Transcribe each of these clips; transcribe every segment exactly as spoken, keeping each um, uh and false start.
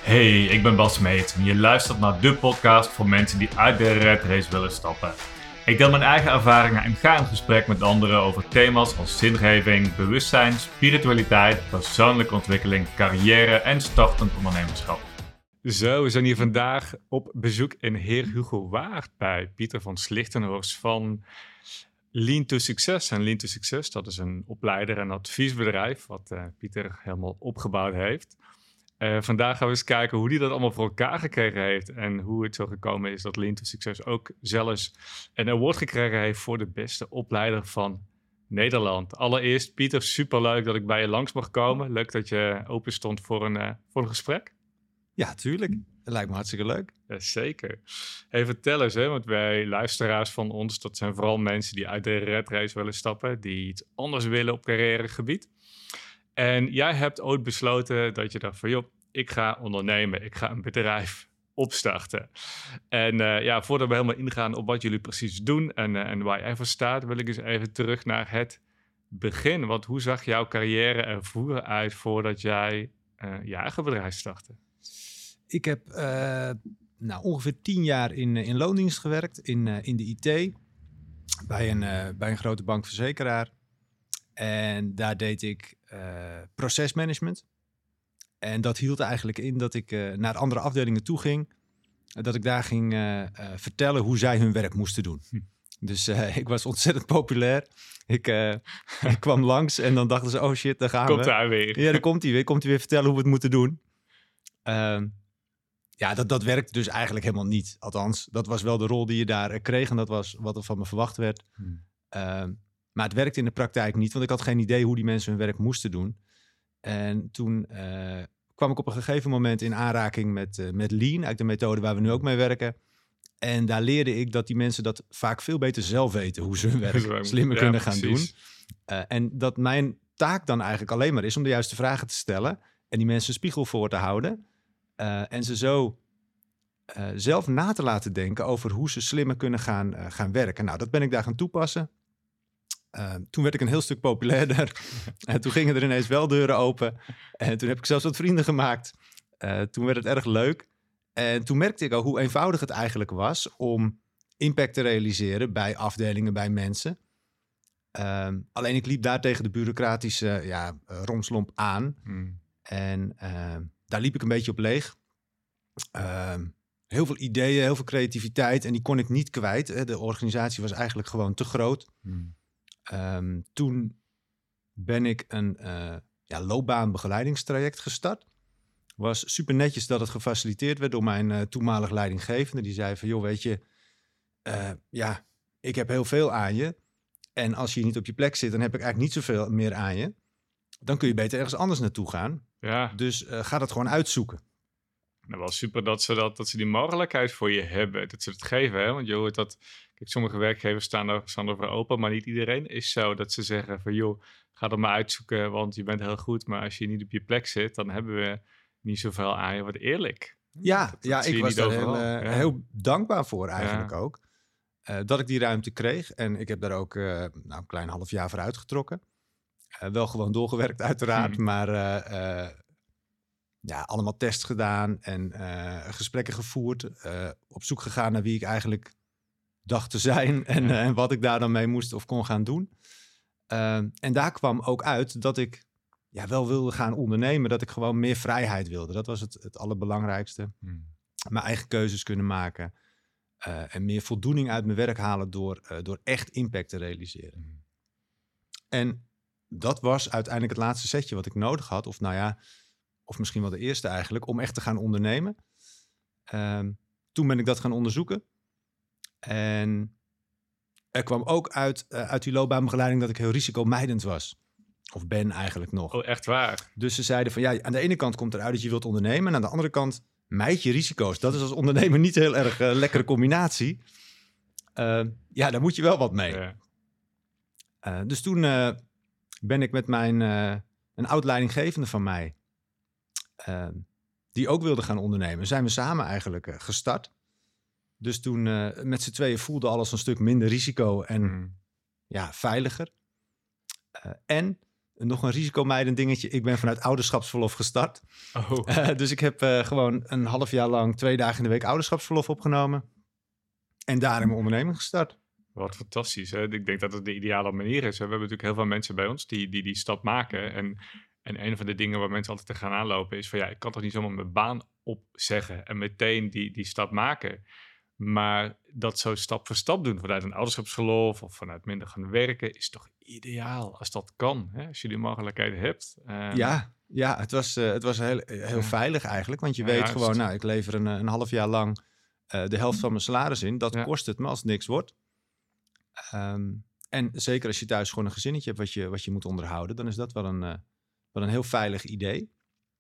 Hey, ik ben Bas Meet en je luistert naar de podcast voor mensen die uit de red race willen stappen. Ik deel mijn eigen ervaringen en ga in gesprek met anderen over thema's als zingeving, bewustzijn, spiritualiteit, persoonlijke ontwikkeling, carrière en startend ondernemerschap. Zo, we zijn hier vandaag op bezoek in Heer Hugo Waard bij Pieter van Slichtenhorst van Lean to Success. En Lean to Success, dat is een opleider en adviesbedrijf wat uh, Pieter helemaal opgebouwd heeft. Uh, vandaag gaan we eens kijken hoe hij dat allemaal voor elkaar gekregen heeft en hoe het zo gekomen is dat Lean to Success ook zelfs een award gekregen heeft voor de beste opleider van Nederland. Allereerst, Pieter, superleuk dat ik bij je langs mag komen. Leuk dat je open stond voor een, uh, voor een gesprek. Ja, tuurlijk. Dat lijkt me hartstikke leuk. Ja, zeker. Hey, vertel eens, hè, want wij luisteraars van ons, dat zijn vooral mensen die uit de red race willen stappen, die iets anders willen op carrièregebied. En jij hebt ooit besloten dat je dacht van, joh, ik ga ondernemen. Ik ga een bedrijf opstarten. En uh, ja, voordat we helemaal ingaan op wat jullie precies doen en, uh, en waar jij voor staat, wil ik eens even terug naar het begin. Want hoe zag jouw carrière er vroeger uit voordat jij uh, je eigen bedrijf startte? Ik heb uh, nou, ongeveer tien jaar in, in loondienst gewerkt, in, uh, in de I T, bij een, uh, bij een grote bankverzekeraar. En daar deed ik uh, procesmanagement. En dat hield eigenlijk in dat ik uh, naar andere afdelingen toe ging. Dat ik daar ging uh, uh, vertellen hoe zij hun werk moesten doen. Hm. Dus uh, ik was ontzettend populair. Ik, uh, ik kwam langs en dan dachten ze, oh shit, daar gaan komt we. Komt hij weer. Ja, daar komt hij weer. Komt hij weer vertellen hoe we het moeten doen. Uh, ja, dat, dat werkte dus eigenlijk helemaal niet. Althans, dat was wel de rol die je daar uh, kreeg. En dat was wat er van me verwacht werd. Hm. Uh, Maar het werkte in de praktijk niet, want ik had geen idee hoe die mensen hun werk moesten doen. En toen uh, kwam ik op een gegeven moment in aanraking met, uh, met Lean, eigenlijk de methode waar we nu ook mee werken. En daar leerde ik dat die mensen dat vaak veel beter zelf weten, hoe ze hun werk slimmer ja, kunnen gaan precies. doen. Uh, en dat mijn taak dan eigenlijk alleen maar is om de juiste vragen te stellen en die mensen een spiegel voor te houden. Uh, en ze zo uh, zelf na te laten denken over hoe ze slimmer kunnen gaan, uh, gaan werken. Nou, dat ben ik daar gaan toepassen. Uh, toen werd ik een heel stuk populairder. En toen gingen er ineens wel deuren open. En toen heb ik zelfs wat vrienden gemaakt. Uh, toen werd het erg leuk. En toen merkte ik al hoe eenvoudig het eigenlijk was om impact te realiseren bij afdelingen, bij mensen. Uh, alleen ik liep daar tegen de bureaucratische ja, romslomp aan. Mm. En uh, daar liep ik een beetje op leeg. Uh, heel veel ideeën, heel veel creativiteit. En die kon ik niet kwijt. De organisatie was eigenlijk gewoon te groot. Mm. Um, toen ben ik een uh, ja, loopbaanbegeleidingstraject gestart. Was super netjes dat het gefaciliteerd werd door mijn uh, toenmalig leidinggevende. Die zei van, joh, weet je, uh, ja, ik heb heel veel aan je. En als je niet op je plek zit, dan heb ik eigenlijk niet zoveel meer aan je. Dan kun je beter ergens anders naartoe gaan. Ja. Dus uh, ga dat gewoon uitzoeken. Nou, wel super dat ze, dat, dat ze die mogelijkheid voor je hebben. Dat ze het geven, hè? Want je hoort dat... Kijk, sommige werkgevers staan er, staan er voor open, maar niet iedereen is zo. Dat ze zeggen van, joh, ga dat maar uitzoeken, want je bent heel goed. Maar als je niet op je plek zit, dan hebben we niet zoveel aan je. Wat eerlijk. Ja, dat, dat ja ik was daar heel, uh, ja. heel dankbaar voor eigenlijk ja. ook. Uh, dat ik die ruimte kreeg. En ik heb daar ook uh, nou, een klein half jaar voor uitgetrokken. Uh, wel gewoon doorgewerkt uiteraard, hmm. maar... Uh, uh, Ja, allemaal tests gedaan en uh, gesprekken gevoerd. Uh, op zoek gegaan naar wie ik eigenlijk dacht te zijn. En, ja. uh, en wat ik daar dan mee moest of kon gaan doen. Uh, en daar kwam ook uit dat ik ja, wel wilde gaan ondernemen. Dat ik gewoon meer vrijheid wilde. Dat was het, het allerbelangrijkste. Hmm. Mijn eigen keuzes kunnen maken. Uh, en meer voldoening uit mijn werk halen door, uh, door echt impact te realiseren. Hmm. En dat was uiteindelijk het laatste setje wat ik nodig had. Of nou ja... Of misschien wel de eerste eigenlijk, om echt te gaan ondernemen. Um, toen ben ik dat gaan onderzoeken. En er kwam ook uit, uh, uit die loopbaanbegeleiding dat ik heel risicomijdend was. Of ben eigenlijk nog. Oh, echt waar? Dus ze zeiden van, ja, aan de ene kant komt eruit dat je wilt ondernemen. En aan de andere kant mijd je risico's. Dat is als ondernemer niet een heel erg uh, lekkere combinatie. Uh, ja, daar moet je wel wat mee. Ja. Uh, dus toen uh, ben ik met mijn, uh, een oud leidinggevende van mij... Uh, die ook wilde gaan ondernemen, zijn we samen eigenlijk uh, gestart. Dus toen uh, met z'n tweeën voelde alles een stuk minder risico en mm. ja, veiliger. Uh, en nog een risicomijdend dingetje. Ik ben vanuit ouderschapsverlof gestart. Oh. Uh, dus ik heb uh, gewoon een half jaar lang twee dagen in de week ouderschapsverlof opgenomen. En daar in mijn onderneming gestart. Wat fantastisch. Hè? Ik denk dat het de ideale manier is. Hè? We hebben natuurlijk heel veel mensen bij ons die die, die stap maken. En, en een van de dingen waar mensen altijd tegenaan lopen is van ja, ik kan toch niet zomaar mijn baan opzeggen en meteen die, die stap maken. Maar dat zo stap voor stap doen vanuit een ouderschapsverlof of vanuit minder gaan werken is toch ideaal als dat kan. Hè? Als je die mogelijkheden hebt. Um, ja, ja, het was, uh, het was heel, heel ja. veilig eigenlijk. Want je Ja, weet juist. gewoon, nou, ik lever een, een half jaar lang uh, de helft van mijn salaris in. Dat Ja. kost het me als het niks wordt. Um, en zeker als je thuis gewoon een gezinnetje hebt wat je, wat je moet onderhouden, dan is dat wel een, uh, wel een heel veilig idee.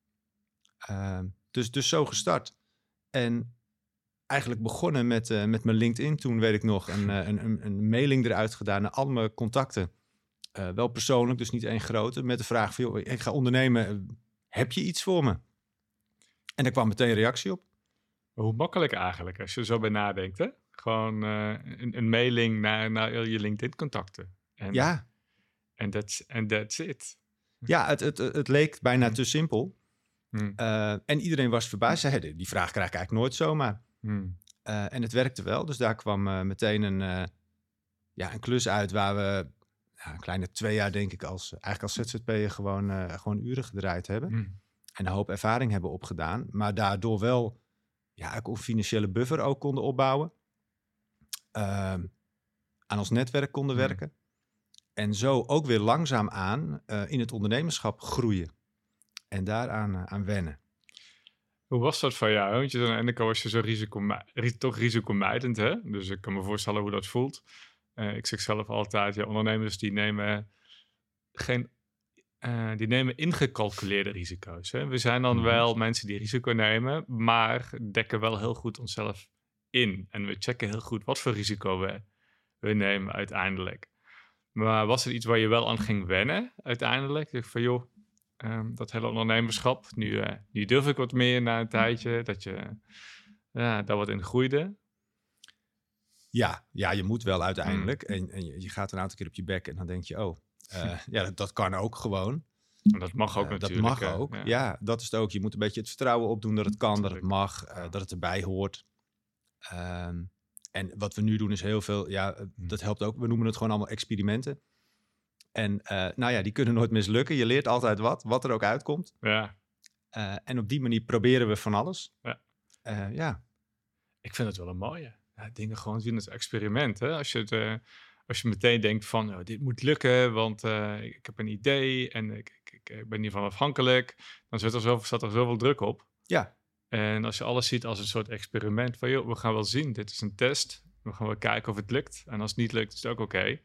Uh, dus, dus zo gestart. En eigenlijk begonnen met, uh, met mijn LinkedIn. Toen weet ik nog een, uh, een, een, een mailing eruit gedaan naar al mijn contacten. Uh, wel persoonlijk, dus niet één grote. Met de vraag van, joh, ik ga ondernemen. Heb je iets voor me? En daar kwam meteen reactie op. Hoe makkelijk eigenlijk, als je er zo bij nadenkt, hè? Gewoon uh, een, een mailing naar, naar je LinkedIn-contacten. En, ja. En that's, that's it. Ja, het, het, het leek bijna hmm. te simpel. Hmm. Uh, en iedereen was verbaasd. Zei, hey, die vraag krijg ik eigenlijk nooit zomaar. Hmm. Uh, en het werkte wel. Dus daar kwam uh, meteen een, uh, ja, een klus uit waar we ja, een kleine twee jaar, denk ik, als, eigenlijk als Z Z P'er gewoon, uh, gewoon uren gedraaid hebben. Hmm. En een hoop ervaring hebben opgedaan. Maar daardoor wel ja, ook een financiële buffer ook konden opbouwen. Uh, aan ons netwerk konden hmm. werken. En zo ook weer langzaam aan uh, in het ondernemerschap groeien. En daaraan uh, aan wennen. Hoe was dat van jou? Want je, aan de ene kant was je zo risico, toch risicomijdend, hè? Dus ik kan me voorstellen hoe dat voelt. Uh, ik zeg zelf altijd, ja, ondernemers die nemen geen, uh, die nemen ingecalculeerde risico's. Hè? We zijn dan mm-hmm. wel mensen die risico nemen, maar dekken wel heel goed onszelf in. En we checken heel goed wat voor risico we, we nemen uiteindelijk. Maar was er iets waar je wel aan ging wennen uiteindelijk? Ik van joh, Um, dat hele ondernemerschap. Nu, uh, nu durf ik wat meer na een tijdje. Dat je ja, daar wat in groeide. Ja, ja, je moet wel uiteindelijk. Mm. En, en je, je gaat een aantal keer op je bek en dan denk je, oh, uh, ja, dat, dat kan ook gewoon. En dat mag ook uh, natuurlijk. Dat mag ook, ja. ja. Dat is het ook. Je moet een beetje het vertrouwen opdoen dat het kan, natuurlijk. Dat het mag, uh, dat het erbij hoort. Um, en wat we nu doen is heel veel, ja, mm. dat helpt ook. We noemen het gewoon allemaal experimenten. En uh, nou ja, die kunnen nooit mislukken. Je leert altijd wat, wat er ook uitkomt. Ja. Uh, en op die manier proberen we van alles. Ja. Uh, ja. Ik vind het wel een mooie. Ja, dingen gewoon zien als experiment. Hè? Als, je het, uh, als je meteen denkt van, oh, dit moet lukken, want uh, ik heb een idee en ik, ik, ik ben hiervan afhankelijk. Dan zit er zoveel, staat er zoveel druk op. Ja. En als je alles ziet als een soort experiment van, joh, we gaan wel zien. Dit is een test. We gaan wel kijken of het lukt. En als het niet lukt, is het ook oké. Okay.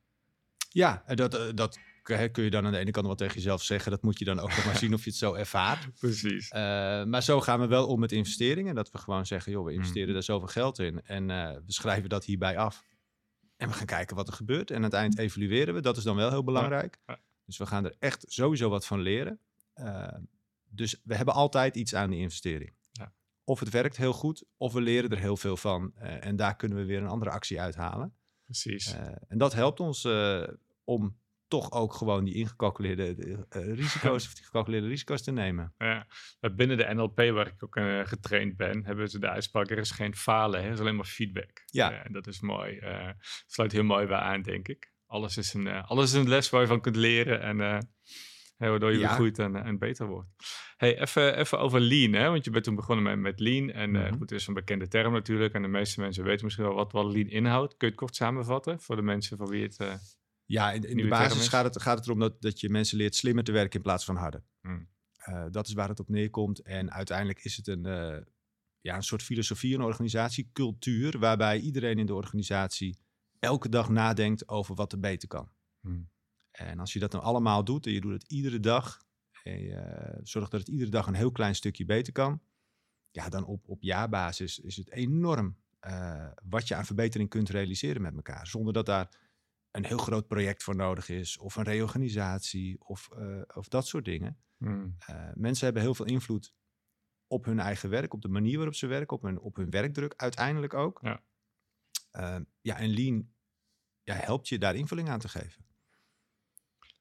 Ja, dat, dat kun je dan aan de ene kant wel tegen jezelf zeggen. Dat moet je dan ook nog maar zien of je het zo ervaart. Precies. Uh, maar zo gaan we wel om met investeringen. Dat we gewoon zeggen, joh, we investeren mm. er zoveel geld in. En uh, we schrijven dat hierbij af. En we gaan kijken wat er gebeurt. En aan het eind evalueren we. Dat is dan wel heel belangrijk. Ja. Ja. Dus we gaan er echt sowieso wat van leren. Uh, dus we hebben altijd iets aan die investering. Ja. Of het werkt heel goed, of we leren er heel veel van. Uh, en daar kunnen we weer een andere actie uithalen. Precies. Uh, en dat helpt ons uh, om toch ook gewoon die ingecalculeerde uh, risico's of die gecalculeerde risico's te nemen. Ja, binnen de N L P waar ik ook uh, getraind ben, hebben ze de uitspraak, er is geen falen, hè? Er is alleen maar feedback. Ja. Uh, en dat is mooi. Uh, sluit heel mooi bij aan, denk ik. Alles is een, uh, alles is een les waar je van kunt leren en uh, hey, waardoor je ja. weer groeit en, en beter wordt. Hey, even, even over lean, hè? Want je bent toen begonnen met, met lean. En mm-hmm. uh, goed, het is een bekende term natuurlijk. En de meeste mensen weten misschien wel wat, wat lean inhoudt. Kun je het kort samenvatten voor de mensen voor wie het... Uh, ja, in, in de basis gaat het, gaat het erom dat, dat je mensen leert slimmer te werken in plaats van harder. Mm. Uh, dat is waar het op neerkomt. En uiteindelijk is het een, uh, ja, een soort filosofie, een organisatie, cultuur, waarbij iedereen in de organisatie elke dag nadenkt over wat er beter kan. Mm. En als je dat dan allemaal doet en je doet het iedere dag, en je zorgt dat het iedere dag een heel klein stukje beter kan, ja, dan op, op jaarbasis is het enorm uh, wat je aan verbetering kunt realiseren met elkaar. Zonder dat daar een heel groot project voor nodig is, of een reorganisatie, of, uh, of dat soort dingen. Mm. Uh, mensen hebben heel veel invloed op hun eigen werk, op de manier waarop ze werken, op hun, op hun werkdruk uiteindelijk ook. Ja, uh, ja en Lean ja, helpt je daar invulling aan te geven.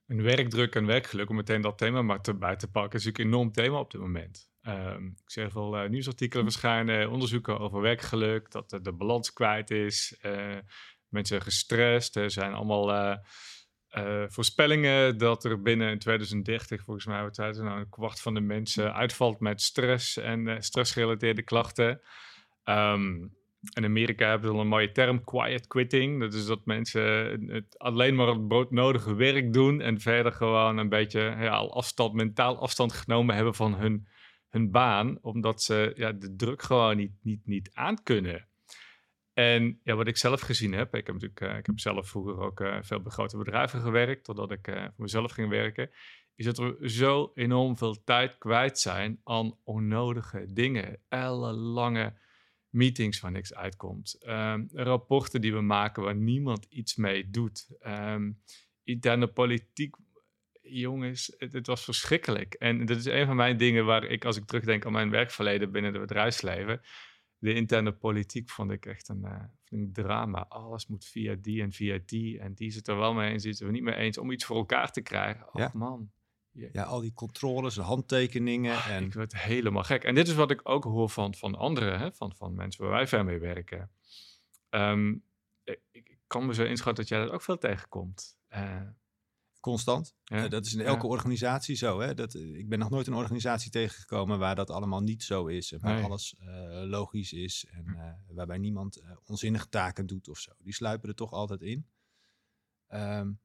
Een werkdruk en werkgeluk, om meteen dat thema maar te, bij te pakken, is natuurlijk een enorm thema op dit moment. Um, ik zie veel uh, nieuwsartikelen verschijnen, onderzoeken over werkgeluk, dat uh, de balans kwijt is. Uh, mensen gestrest, er zijn allemaal uh, uh, voorspellingen dat er binnen twintig dertig, volgens mij, wat zeiden ze nou, een kwart van de mensen uitvalt met stress en uh, stressgerelateerde klachten. Um, In Amerika hebben ze al een mooie term, quiet quitting. Dat is dat mensen het alleen maar het broodnodige werk doen en verder gewoon een beetje ja, al afstand, mentaal afstand genomen hebben van hun, hun baan, omdat ze ja, de druk gewoon niet, niet, niet aan kunnen. En ja, wat ik zelf gezien heb, ik heb natuurlijk, uh, ik heb zelf vroeger ook uh, veel bij grote bedrijven gewerkt, totdat ik uh, voor mezelf ging werken, is dat we zo enorm veel tijd kwijt zijn aan onnodige dingen. Ellenlange meetings waar niks uitkomt. Um, rapporten die we maken waar niemand iets mee doet. Um, interne politiek, jongens, het, het was verschrikkelijk. En dat is een van mijn dingen waar ik, als ik terugdenk aan mijn werkverleden binnen het bedrijfsleven, de interne politiek vond ik echt een, uh, een drama. Alles moet via die en via die. En die zit er wel mee eens, die zit er niet mee eens om iets voor elkaar te krijgen. Och, ja. man. Ja. ja, al die controles, handtekeningen. Oh, en... Ik werd helemaal gek. En dit is wat ik ook hoor van, van anderen, hè? Van, van mensen waar wij ver mee werken. Um, ik, ik kan me zo inschatten dat jij dat ook veel tegenkomt. Uh, Constant. Ja? Uh, dat is in elke Ja. organisatie zo. Hè? Dat, uh, ik ben nog nooit een organisatie tegengekomen waar dat allemaal niet zo is. En waar Nee. alles uh, logisch is. En uh, waarbij niemand uh, onzinnige taken doet of zo. Die sluipen er toch altijd in. Um,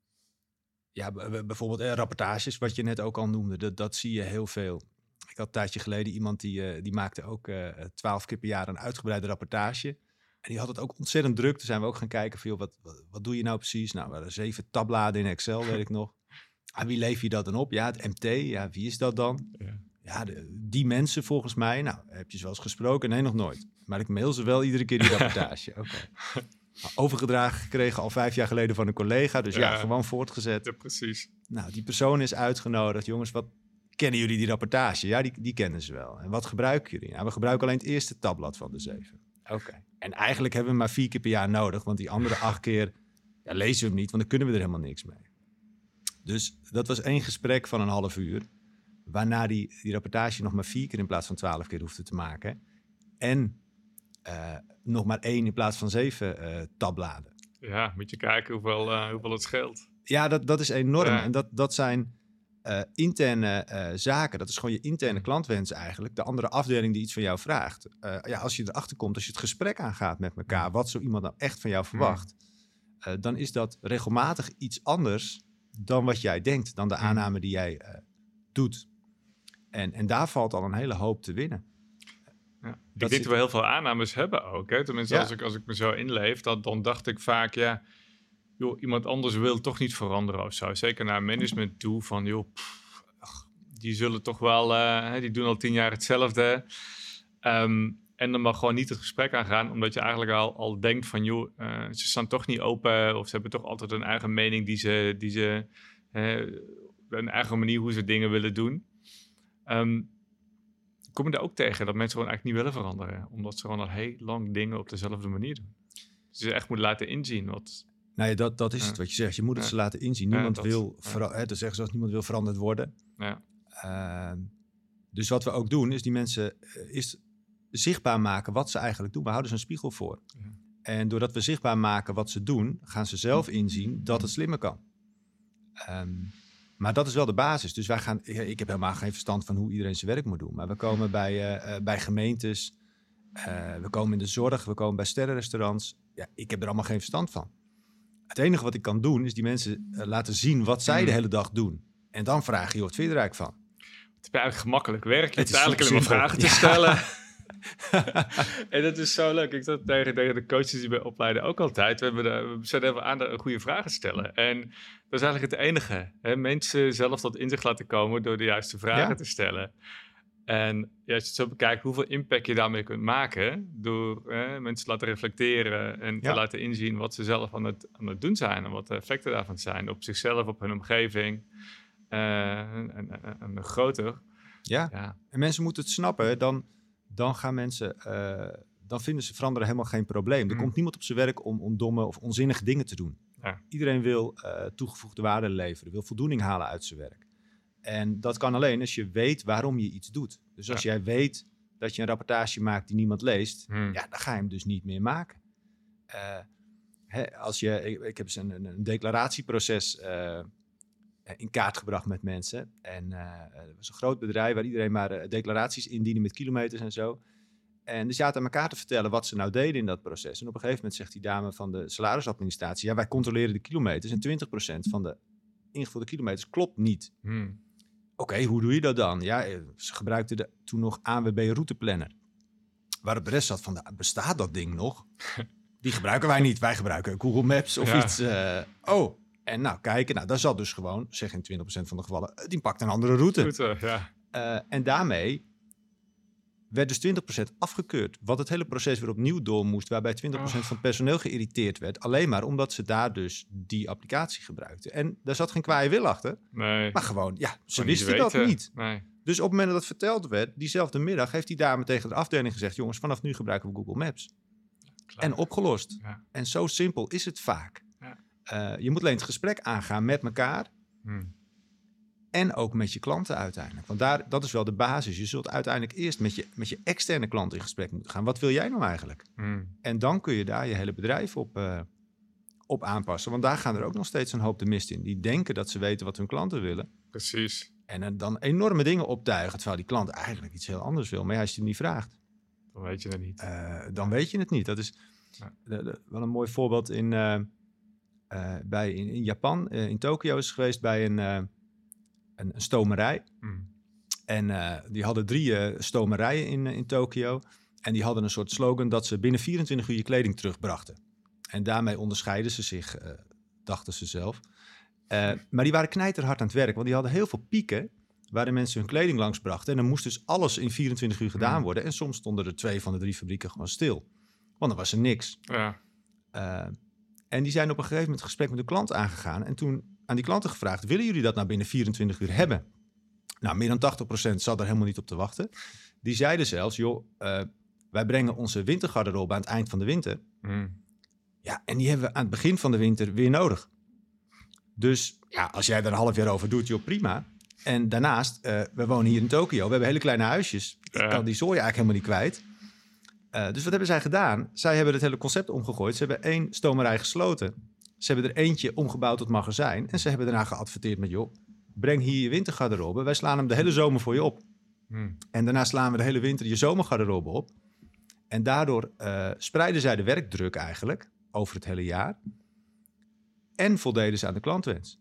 Ja, b- bijvoorbeeld eh, rapportages, wat je net ook al noemde, dat, dat zie je heel veel. Ik had een tijdje geleden iemand die, uh, die maakte ook twaalf uh, keer per jaar een uitgebreide rapportage. En die had het ook ontzettend druk. Toen zijn we ook gaan kijken van, joh, wat, wat, wat doe je nou precies? Nou, we hadden zeven tabbladen in Excel, weet ik nog. Ah, wie lever je dat dan op? Ja, het M T. Ja, wie is dat dan? Ja, ja de, die mensen volgens mij. Nou, heb je ze wel eens gesproken? Nee, nog nooit. Maar ik mail ze wel iedere keer die rapportage. Oké. Okay. Overgedragen gekregen al vijf jaar geleden van een collega. Dus ja, ja gewoon voortgezet. Ja, precies. Nou, die persoon is uitgenodigd. Jongens, wat kennen jullie die rapportage? Ja, die, die kennen ze wel. En wat gebruiken jullie? Nou, we gebruiken alleen het eerste tabblad van de zeven. Oké. Okay. En eigenlijk hebben we hem maar vier keer per jaar nodig. Want die andere acht keer ja, lezen we hem niet. Want dan kunnen we er helemaal niks mee. Dus dat was één gesprek van een half uur. Waarna die, die rapportage nog maar vier keer in plaats van twaalf keer hoefde te maken. En Uh, nog maar één in plaats van zeven uh, tabbladen. Ja, moet je kijken hoeveel, uh, hoeveel het scheelt. Ja, dat, dat is enorm. Ja. En dat, dat zijn uh, interne uh, zaken. Dat is gewoon je interne klantwens eigenlijk. De andere afdeling die iets van jou vraagt. Uh, ja, als je erachter komt, als je het gesprek aangaat met elkaar, wat zo iemand nou echt van jou verwacht, uh, dan is dat regelmatig iets anders dan wat jij denkt, dan de aanname die jij uh, doet. En, en daar valt al een hele hoop te winnen. Ja. Ik denk dat we heel veel aannames hebben ook. Hè? Tenminste, ja. als, ik, als ik me zo inleef, dat, dan dacht ik vaak, ja, joh, iemand anders wil toch niet veranderen of zo. Zeker naar management toe, van joh, pff, ach, die zullen toch wel, uh, die doen al tien jaar hetzelfde. Um, en dan mag gewoon niet het gesprek aangaan, omdat je eigenlijk al, al denkt van, joh, uh, ze staan toch niet open, of ze hebben toch altijd een eigen mening die ze, die ze uh, een eigen manier hoe ze dingen willen doen. Um, Kom je daar ook tegen dat mensen gewoon eigenlijk niet willen veranderen, omdat ze gewoon al heel lang dingen op dezelfde manier doen. Dus je echt moet laten inzien wat. Nou ja, dat, dat is ja. het wat je zegt. Je moet het ja. ze laten inzien. Niemand ja, dat, wil, vera- ja. hè, dat zeggen ze als niemand wil veranderd worden. Ja. Uh, dus wat we ook doen, is die mensen uh, is zichtbaar maken wat ze eigenlijk doen. We houden ze een spiegel voor. Ja. En doordat we zichtbaar maken wat ze doen, gaan ze zelf inzien dat het slimmer kan. Um, Maar dat is wel de basis. Dus wij gaan. Ik heb helemaal geen verstand van hoe iedereen zijn werk moet doen. Maar we komen bij, uh, uh, bij gemeentes. Uh, we komen in de zorg. We komen bij sterrenrestaurants. Ja, ik heb er allemaal geen verstand van. Het enige wat ik kan doen, is die mensen uh, laten zien wat zij de hele dag doen. En dan vraag je, joh, wat vind je er eigenlijk van? Het is eigenlijk gemakkelijk werk. Je hebt eigenlijk alleen maar vragen te ja. stellen. En dat is zo leuk. Ik zat tegen, tegen de coaches die wij opleiden ook altijd. We, hebben de, we zijn even aan de goede vragen stellen. En dat is eigenlijk het enige. Hè? Mensen zelf tot inzicht laten komen door de juiste vragen ja. te stellen. En ja, als je het zo bekijkt, hoeveel impact je daarmee kunt maken. Door hè, mensen te laten reflecteren en ja. te laten inzien wat ze zelf aan het, aan het doen zijn. En wat de effecten daarvan zijn op zichzelf, op hun omgeving. Uh, en, en, en groter. Ja. ja, en mensen moeten het snappen. Dan... Dan gaan mensen, uh, dan vinden ze veranderen helemaal geen probleem. Er mm. komt niemand op zijn werk om, om domme of onzinnige dingen te doen. Ja. Iedereen wil uh, toegevoegde waarde leveren, wil voldoening halen uit zijn werk. En dat kan alleen als je weet waarom je iets doet. Dus als ja. jij weet dat je een rapportage maakt die niemand leest, hmm. ja, dan ga je hem dus niet meer maken. Uh, hè, als je, ik, ik heb eens een, een declaratieproces uh, in kaart gebracht met mensen. En uh, het was een groot bedrijf waar iedereen maar uh, declaraties indiende met kilometers en zo. En dus zaten aan elkaar te vertellen wat ze nou deden in dat proces. En op een gegeven moment zegt die dame van de salarisadministratie, ja, wij controleren de kilometers en twintig procent van de ingevulde kilometers klopt niet. Hmm. Oké, okay, hoe doe je dat dan? Ja, ze gebruikten de, toen nog A N W B routeplanner. Waarop de rest zat van, bestaat dat ding nog? Die gebruiken wij niet. Wij gebruiken Google Maps of ja. iets. Uh, oh, en nou kijken. Nou, daar zat dus gewoon, zeg in twintig procent van de gevallen, die pakt een andere route. route ja. uh, en daarmee werd dus twintig procent afgekeurd. Wat het hele proces weer opnieuw door moest, waarbij twintig procent oh. van het personeel geïrriteerd werd. Alleen maar omdat ze daar dus die applicatie gebruikten. En daar zat geen kwaaie wil achter. Nee. Maar gewoon, ja, ze wisten dat niet. Nee. Dus op het moment dat het verteld werd, diezelfde middag, heeft die dame tegen de afdeling gezegd, jongens, vanaf nu gebruiken we Google Maps. Klaar. En opgelost. Ja. En zo simpel is het vaak. Ja. Uh, je moet alleen het gesprek aangaan met elkaar. Hmm. En ook met je klanten uiteindelijk. Want daar, dat is wel de basis. Je zult uiteindelijk eerst met je, met je externe klanten in gesprek moeten gaan. Wat wil jij nou eigenlijk? Hmm. En dan kun je daar je hele bedrijf op, uh, op aanpassen. Want daar gaan er ook nog steeds een hoop de mist in. Die denken dat ze weten wat hun klanten willen. Precies. En uh, dan enorme dingen optuigen. Terwijl die klant eigenlijk iets heel anders wil. Maar ja, als je hem niet vraagt, dan weet je het niet. Uh, dan weet je het niet. Dat is ja. de, de, wel een mooi voorbeeld in, uh, uh, bij, in, in Japan. Uh, in Tokio is geweest bij een... Uh, Een, een stomerij. Mm. En uh, die hadden drie uh, stomerijen in, uh, in Tokio. En die hadden een soort slogan dat ze binnen vierentwintig uur je kleding terugbrachten. En daarmee onderscheiden ze zich, uh, dachten ze zelf. Uh, maar die waren knijterhard aan het werk. Want die hadden heel veel pieken waarin mensen hun kleding langs brachten. En dan moest dus alles in vierentwintig uur gedaan mm. worden. En soms stonden er twee van de drie fabrieken gewoon stil. Want dan was er niks. Ja. Uh, en die zijn op een gegeven moment een gesprek met de klant aangegaan. En toen aan die klanten gevraagd, willen jullie dat nou binnen vierentwintig uur hebben? Nou, meer dan tachtig procent zat er helemaal niet op te wachten. Die zeiden zelfs, joh, uh, wij brengen onze wintergarderobe aan het eind van de winter. Mm. Ja, en die hebben we aan het begin van de winter weer nodig. Dus ja, als jij er een half jaar over doet, joh, prima. En daarnaast, uh, we wonen hier in Tokio, we hebben hele kleine huisjes. Ik kan die zooi eigenlijk helemaal niet kwijt. Uh, dus wat hebben zij gedaan? Zij hebben het hele concept omgegooid. Ze hebben één stomerij gesloten. Ze hebben er eentje omgebouwd tot magazijn. En ze hebben daarna geadverteerd met, joh, breng hier je wintergarderobe. Wij slaan hem de hele zomer voor je op. Hmm. En daarna slaan we de hele winter je zomergarderobe op. En daardoor uh, spreiden zij de werkdruk eigenlijk over het hele jaar. En voldeden ze aan de klantwens.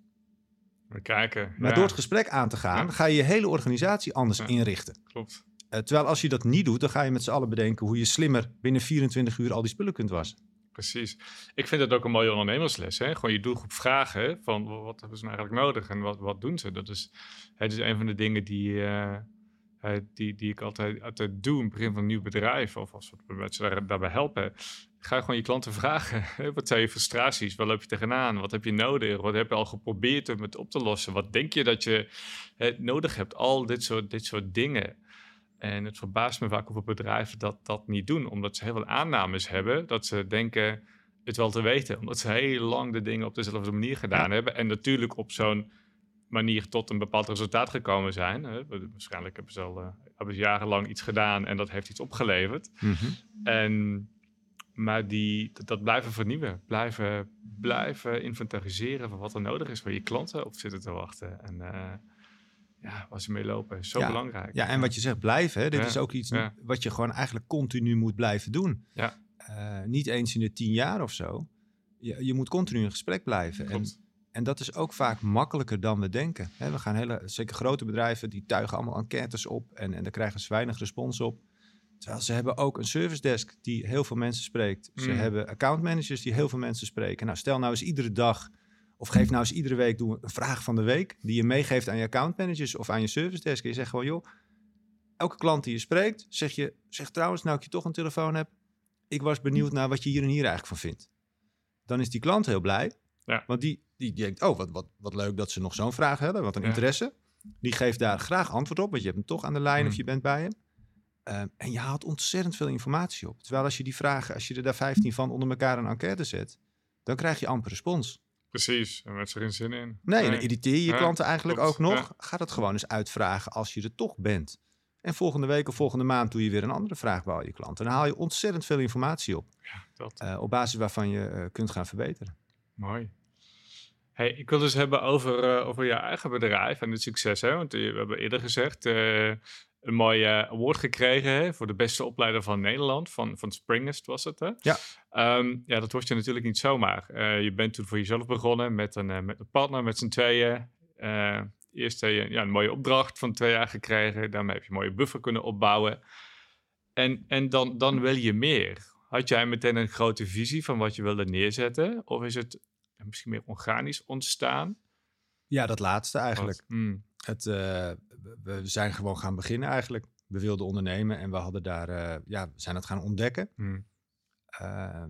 We kijken. Maar ja. door het gesprek aan te gaan, ja. ga je je hele organisatie anders ja. inrichten. Klopt. Uh, terwijl als je dat niet doet, dan ga je met z'n allen bedenken hoe je slimmer binnen vierentwintig uur al die spullen kunt wassen. Precies. Ik vind het ook een mooie ondernemersles. Hè? Gewoon je doelgroep vragen van wat hebben ze nou eigenlijk nodig en wat, wat doen ze? Dat is, het is een van de dingen die, uh, die, die ik altijd, altijd doe in het begin van een nieuw bedrijf. Of als we mensen daar, daarbij helpen. Ga gewoon je klanten vragen. Hè? Wat zijn je frustraties? Waar loop je tegenaan? Wat heb je nodig? Wat heb je al geprobeerd om het op te lossen? Wat denk je dat je hè, nodig hebt? Al dit soort, dit soort dingen. En het verbaast me vaak hoeveel bedrijven dat, dat niet doen. Omdat ze heel veel aannames hebben. Dat ze denken het wel te weten. Omdat ze heel lang de dingen op dezelfde manier gedaan ja. hebben. En natuurlijk op zo'n manier tot een bepaald resultaat gekomen zijn. Hè. Waarschijnlijk hebben ze al uh, hebben ze jarenlang iets gedaan. En dat heeft iets opgeleverd. Mm-hmm. En, maar die, dat, dat blijven vernieuwen. Blijven, blijven inventariseren van wat er nodig is. Waar je klanten op zitten te wachten. En... Uh, Ja, waar ze mee lopen is zo ja, belangrijk. Ja, en wat je zegt, blijven. Hè? Dit ja, is ook iets ja. wat je gewoon eigenlijk continu moet blijven doen. Ja. Uh, niet eens in de tien jaar of zo. Je, je moet continu in gesprek blijven. En, en dat is ook vaak makkelijker dan we denken. Hè? We gaan hele, zeker grote bedrijven, die tuigen allemaal enquêtes op. En, en daar krijgen ze weinig respons op. Terwijl ze hebben ook een service desk die heel veel mensen spreekt. Ze mm. hebben accountmanagers die heel veel mensen spreken. Nou, stel nou eens iedere dag... Of geef nou eens iedere week doe een vraag van de week... die je meegeeft aan je accountmanagers of aan je service desk. En je zegt gewoon, joh... elke klant die je spreekt... zeg je, zeg trouwens, nou ik je toch een telefoon heb... ik was benieuwd naar wat je hier en hier eigenlijk van vindt. Dan is die klant heel blij. Ja. Want die, die denkt, oh, wat, wat, wat leuk dat ze nog zo'n vraag hebben. Wat een ja. interesse. Die geeft daar graag antwoord op... want je hebt hem toch aan de lijn mm. of je bent bij hem. Uh, en je haalt ontzettend veel informatie op. Terwijl als je die vragen... als je er daar vijftien van onder elkaar een enquête zet... dan krijg je amper respons. Precies, en met ze geen zin in. Nee, en dan irriteer je je Ja, klanten eigenlijk klopt. ook nog. Ja. Ga dat gewoon eens uitvragen als je er toch bent. En volgende week of volgende maand doe je weer een andere vraag bij al je klanten. Dan haal je ontzettend veel informatie op. Ja, dat. Uh, op basis waarvan je uh, kunt gaan verbeteren. Mooi. Hey, ik wil dus hebben over, uh, over je eigen bedrijf en het succes. Hè? Want uh, we hebben eerder gezegd, uh, een mooi uh, award gekregen hè? Voor de beste opleider van Nederland. Van, van Springest was het, hè? Ja. Um, ja, dat word je natuurlijk niet zomaar. Uh, je bent toen voor jezelf begonnen met een, uh, met een partner, met z'n tweeën. Uh, eerst uh, ja, een mooie opdracht van twee jaar gekregen. Daarmee heb je een mooie buffer kunnen opbouwen. En, en dan, dan wil je meer. Had jij meteen een grote visie van wat je wilde neerzetten? Of is het misschien meer organisch ontstaan? Ja, dat laatste eigenlijk. Mm. Het, uh, we zijn gewoon gaan beginnen eigenlijk. We wilden ondernemen en we hadden daar, uh, ja, we zijn het gaan ontdekken. Mm. Uh,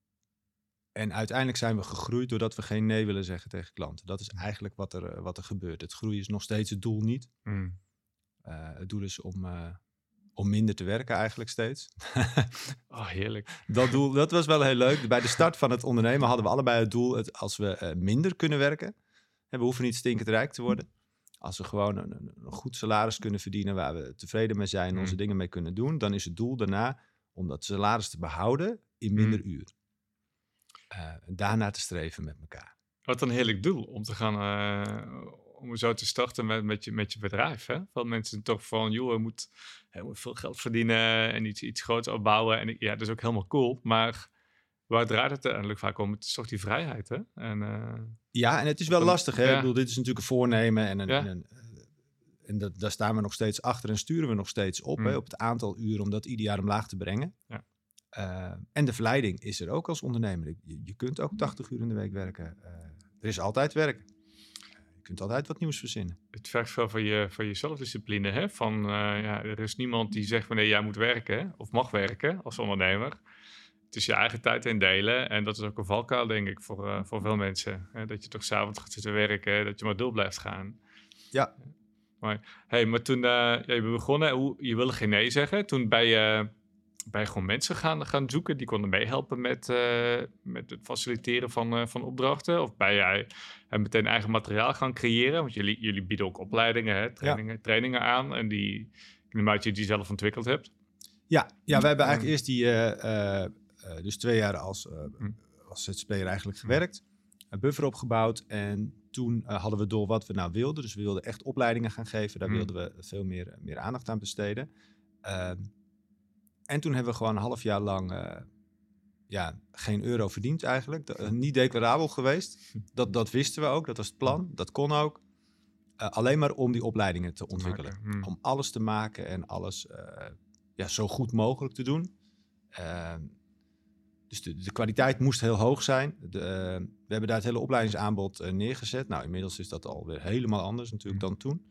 en uiteindelijk zijn we gegroeid doordat we geen nee willen zeggen tegen klanten. Dat is eigenlijk wat er, uh, wat er gebeurt. Het groeien is nog steeds het doel niet. Mm. Uh, het doel is om... Uh, Om minder te werken eigenlijk steeds. Oh, heerlijk. Dat doel, dat was wel heel leuk. Bij de start van het ondernemen hadden we allebei het doel... Het, als we uh, minder kunnen werken... en we hoeven niet stinkend rijk te worden... als we gewoon een, een, een goed salaris kunnen verdienen... waar we tevreden mee zijn en onze mm. dingen mee kunnen doen... dan is het doel daarna om dat salaris te behouden in minder mm. uur. Uh, daarna te streven met elkaar. Wat een heerlijk doel om te gaan... Uh... om zo te starten met, met, je, met je bedrijf. Hè? Veel mensen toch van, joh, je moet heel veel geld verdienen en iets, iets groots opbouwen. En ja, dat is ook helemaal cool. Maar waar draait het uiteindelijk vaak om? Het is toch die vrijheid, hè? En, uh, ja, en het is wel een, lastig, hè? Ja. Ik bedoel, dit is natuurlijk een voornemen en, een, ja. en, een, uh, en dat, daar staan we nog steeds achter en sturen we nog steeds op, mm. hè, op het aantal uren om dat ieder jaar omlaag te brengen. Ja. Uh, en de verleiding is er ook als ondernemer. Je, je kunt ook tachtig uur in de week werken. Uh, er is altijd werk. Je kunt altijd wat nieuws verzinnen. Het vergt veel van je, van je zelfdiscipline. Hè? Van, uh, ja, er is niemand die zegt wanneer jij moet werken of mag werken als ondernemer. Het is je eigen tijd indelen. En dat is ook een valkuil, denk ik, voor, uh, voor veel mensen. Hè? Dat je toch 's avonds gaat zitten werken, dat je maar door blijft gaan. Ja. Maar, hey, maar toen uh, ja, je begonnen, hoe, je wilde geen nee zeggen. Toen ben je, ben je gewoon mensen gaan, gaan zoeken die konden meehelpen met, uh, met het faciliteren van, uh, van opdrachten. Of ben jij uh, meteen eigen materiaal gaan creëren? Want jullie, jullie bieden ook opleidingen, hè, trainingen, ja. trainingen aan. En die, ik neem uit dat je die zelf ontwikkeld hebt. Ja, ja we hebben eigenlijk eerst die, uh, uh, dus twee jaar als, uh, hmm. als Z Z P'er eigenlijk gewerkt. Een buffer opgebouwd en toen uh, hadden we door wat we nou wilden. Dus we wilden echt opleidingen gaan geven. Daar hmm. wilden we veel meer, meer aandacht aan besteden. Uh, en toen hebben we gewoon een half jaar lang uh, ja, geen euro verdiend eigenlijk. De, uh, niet declarabel geweest. Dat, dat wisten we ook, dat was het plan. Dat kon ook. Uh, alleen maar om die opleidingen te ontwikkelen. Hmm. Om alles te maken en alles uh, ja, zo goed mogelijk te doen. Uh, dus de, de kwaliteit moest heel hoog zijn. De, uh, we hebben daar het hele opleidingsaanbod uh, neergezet. Nou, inmiddels is dat alweer helemaal anders natuurlijk dan toen.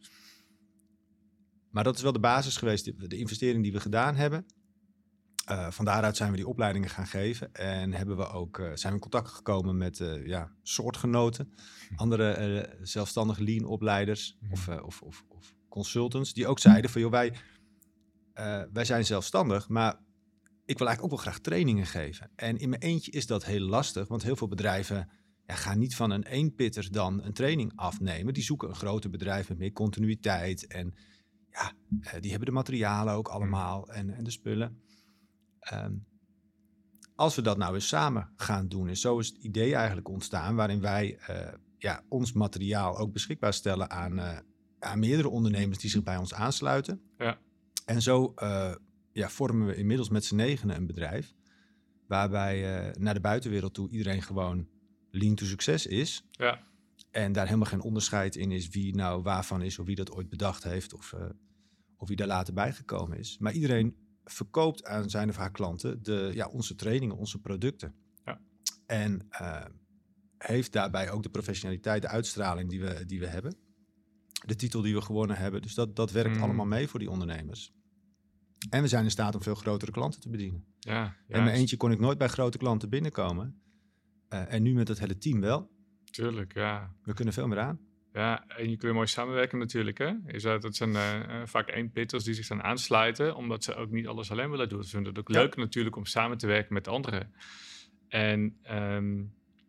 Maar dat is wel de basis geweest, de, de investering die we gedaan hebben. Uh, van daaruit zijn we die opleidingen gaan geven. En hebben we ook, uh, zijn we in contact gekomen met uh, ja, soortgenoten. Andere uh, zelfstandige lean-opleiders mm. of, uh, of, of, of consultants. Die ook zeiden van, joh, wij, uh, wij zijn zelfstandig, maar ik wil eigenlijk ook wel graag trainingen geven. En in mijn eentje is dat heel lastig, want heel veel bedrijven ja, gaan niet van een eenpitter dan een training afnemen. Die zoeken een groter bedrijf met meer continuïteit. En ja, uh, die hebben de materialen ook allemaal en, en de spullen. Um, als we dat nou eens samen gaan doen, en zo is het idee eigenlijk ontstaan, waarin wij uh, ja, ons materiaal ook beschikbaar stellen aan, uh, aan meerdere ondernemers die zich bij ons aansluiten. Ja. En zo uh, ja, vormen we inmiddels met z'n negenen een bedrijf, waarbij uh, naar de buitenwereld toe iedereen gewoon lean to succes is. Ja. En daar helemaal geen onderscheid in is wie nou waarvan is, of wie dat ooit bedacht heeft, of, uh, of wie daar later bijgekomen is. Maar iedereen verkoopt aan zijn of haar klanten de, ja, onze trainingen, onze producten. Ja. En uh, heeft daarbij ook de professionaliteit, de uitstraling die we, die we hebben. De titel die we gewonnen hebben. Dus dat, dat werkt mm. allemaal mee voor die ondernemers. En we zijn in staat om veel grotere klanten te bedienen. Ja, en mijn eentje kon ik nooit bij grote klanten binnenkomen. Uh, en nu met het hele team wel. Tuurlijk, ja. We kunnen veel meer aan. Ja, en je kunt mooi samenwerken natuurlijk, hè. Is dat, dat zijn uh, vaak eenpitters die zich dan aansluiten, omdat ze ook niet alles alleen willen doen. Ze vinden het ook ja. leuk natuurlijk om samen te werken met anderen. En um,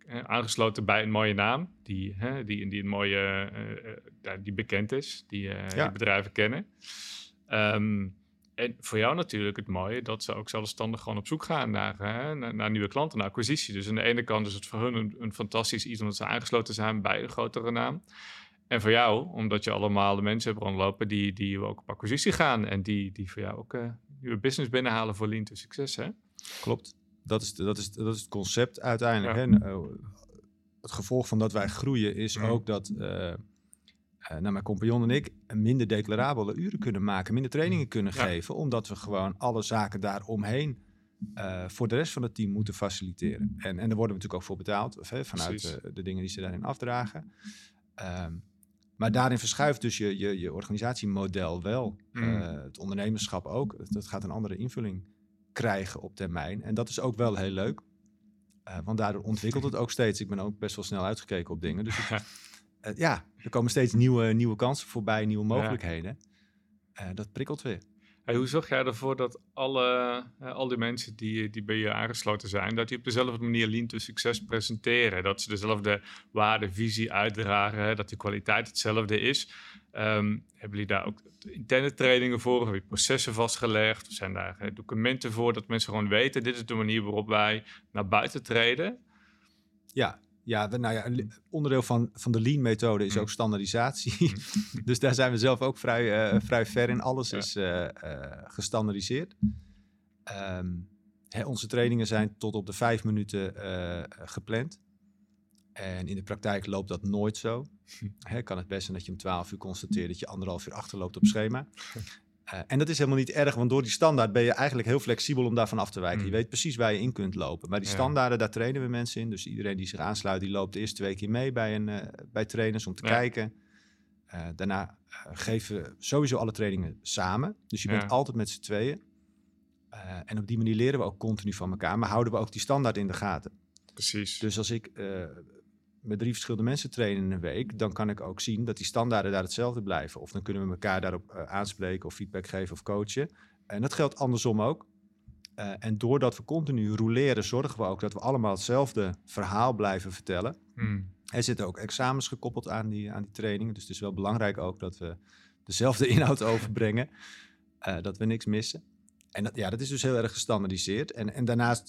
uh, aangesloten bij een mooie naam, die, uh, die, die een mooie, uh, uh, die bekend is, die, uh, ja. die bedrijven kennen. Um, en voor jou natuurlijk het mooie dat ze ook zelfstandig gewoon op zoek gaan naar, uh, naar, naar nieuwe klanten, naar acquisitie. Dus aan de ene kant is het voor hun een, een fantastisch iets omdat ze aangesloten zijn bij een grotere naam. En voor jou, omdat je allemaal de mensen hebt rondlopen die, die ook op acquisitie gaan en die, die voor jou ook uh, nieuwe business binnenhalen voor Lean to Success, hè? Klopt. Dat is, dat is, dat is het concept uiteindelijk. Ja. Hè? Uh, het gevolg van dat wij groeien is mm. ook dat uh, uh, nou, mijn compagnon en ik minder declarabele uren kunnen maken, minder trainingen kunnen ja. geven, omdat we gewoon alle zaken daaromheen uh, voor de rest van het team moeten faciliteren. En, en daar worden we natuurlijk ook voor betaald, of, hè, vanuit uh, de dingen die ze daarin afdragen. Um, Maar daarin verschuift dus je, je, je organisatiemodel wel. Mm. Uh, het ondernemerschap ook. Dat gaat een andere invulling krijgen op termijn. En dat is ook wel heel leuk. Uh, want daardoor ontwikkelt het ook steeds. Ik ben ook best wel snel uitgekeken op dingen. Dus het, uh, ja, er komen steeds nieuwe, nieuwe kansen voorbij, nieuwe mogelijkheden. Uh, dat prikkelt weer. Hey, hoe zorg jij ervoor dat alle, uh, al die mensen die, die bij je aangesloten zijn, dat die op dezelfde manier Lean to Success presenteren? Dat ze dezelfde waarde, visie uitdragen, hè, dat de kwaliteit hetzelfde is. Um, hebben jullie daar ook interne trainingen voor? Hebben jullie processen vastgelegd? Of zijn daar uh, documenten voor dat mensen gewoon weten, dit is de manier waarop wij naar buiten treden? Ja. Ja, nou ja, een onderdeel van, van de Lean-methode is ook standaardisatie. Dus daar zijn we zelf ook vrij, uh, vrij ver in. Alles ja. is uh, uh, gestandaardiseerd. Um, hè, onze trainingen zijn tot op de vijf minuten uh, gepland. En in de praktijk loopt dat nooit zo. Hè, kan het best zijn dat je om twaalf uur constateert dat je anderhalf uur achterloopt op schema. Uh, en dat is helemaal niet erg, want door die standaard ben je eigenlijk heel flexibel om daarvan af te wijken. Mm. Je weet precies waar je in kunt lopen. Maar die standaarden, ja. daar trainen we mensen in. Dus iedereen die zich aansluit, die loopt eerst twee keer mee bij, een, uh, bij trainers om te ja. kijken. Uh, daarna uh, geven we sowieso alle trainingen samen. Dus je bent ja. altijd met z'n tweeën. Uh, en op die manier leren we ook continu van elkaar. Maar houden we ook die standaard in de gaten. Precies. Dus als ik uh, met drie verschillende mensen trainen in een week, dan kan ik ook zien dat die standaarden daar hetzelfde blijven. Of dan kunnen we elkaar daarop uh, aanspreken of feedback geven of coachen. En dat geldt andersom ook. Uh, en doordat we continu roleren, zorgen we ook dat we allemaal hetzelfde verhaal blijven vertellen. Hmm. Er zitten ook examens gekoppeld aan die, aan die trainingen. Dus het is wel belangrijk ook dat we dezelfde inhoud overbrengen. Uh, dat we niks missen. En dat, ja, dat is dus heel erg gestandaardiseerd. En, en daarnaast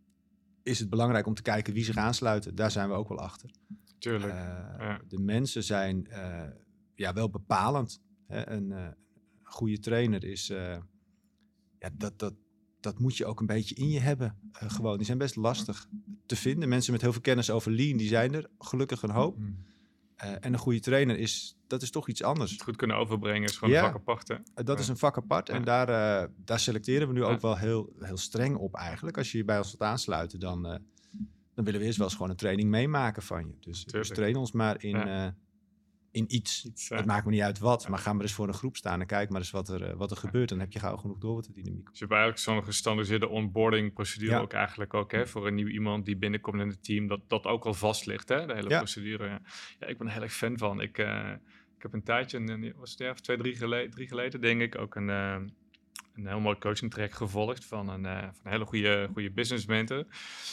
is het belangrijk om te kijken wie zich aansluiten. Daar zijn we ook wel achter. Tuurlijk. Uh, ja. De mensen zijn uh, ja, wel bepalend. Hè? Een uh, goede trainer is... Uh, ja, dat, dat, dat moet je ook een beetje in je hebben. Uh, gewoon. Die zijn best lastig te vinden. Mensen met heel veel kennis over Lean, die zijn er gelukkig een hoop. Mm. Uh, en een goede trainer is, dat is toch iets anders. Het goed kunnen overbrengen is gewoon ja, een vak apart. Hè? Dat ja. is een vak apart. Ja. En daar, uh, daar selecteren we nu ja. ook wel heel, heel streng op eigenlijk. Als je je bij ons wilt aansluiten, dan, uh, dan willen we eerst wel eens gewoon een training meemaken van je. Dus, dus train ons maar in, ja. uh, in iets. iets uh, het maakt me niet uit wat, ja. maar ga maar eens voor een groep staan en kijk maar eens wat er, uh, wat er ja. gebeurt. Dan heb je gauw genoeg door wat de dynamiek. Dus je hebt eigenlijk zo'n gestandardiseerde onboarding procedure ja. ook eigenlijk ook hè, voor een nieuw iemand die binnenkomt in het team. Dat dat ook al vast ligt, hè, de hele ja. procedure. Ja. ja, ik ben er heel erg fan van. Ik, uh, ik heb een tijdje, een, was het ja, twee, drie geleden, drie geleden denk ik, ook een, uh, een heel mooi coaching track gevolgd van een, uh, van een hele goede, goede business mentor.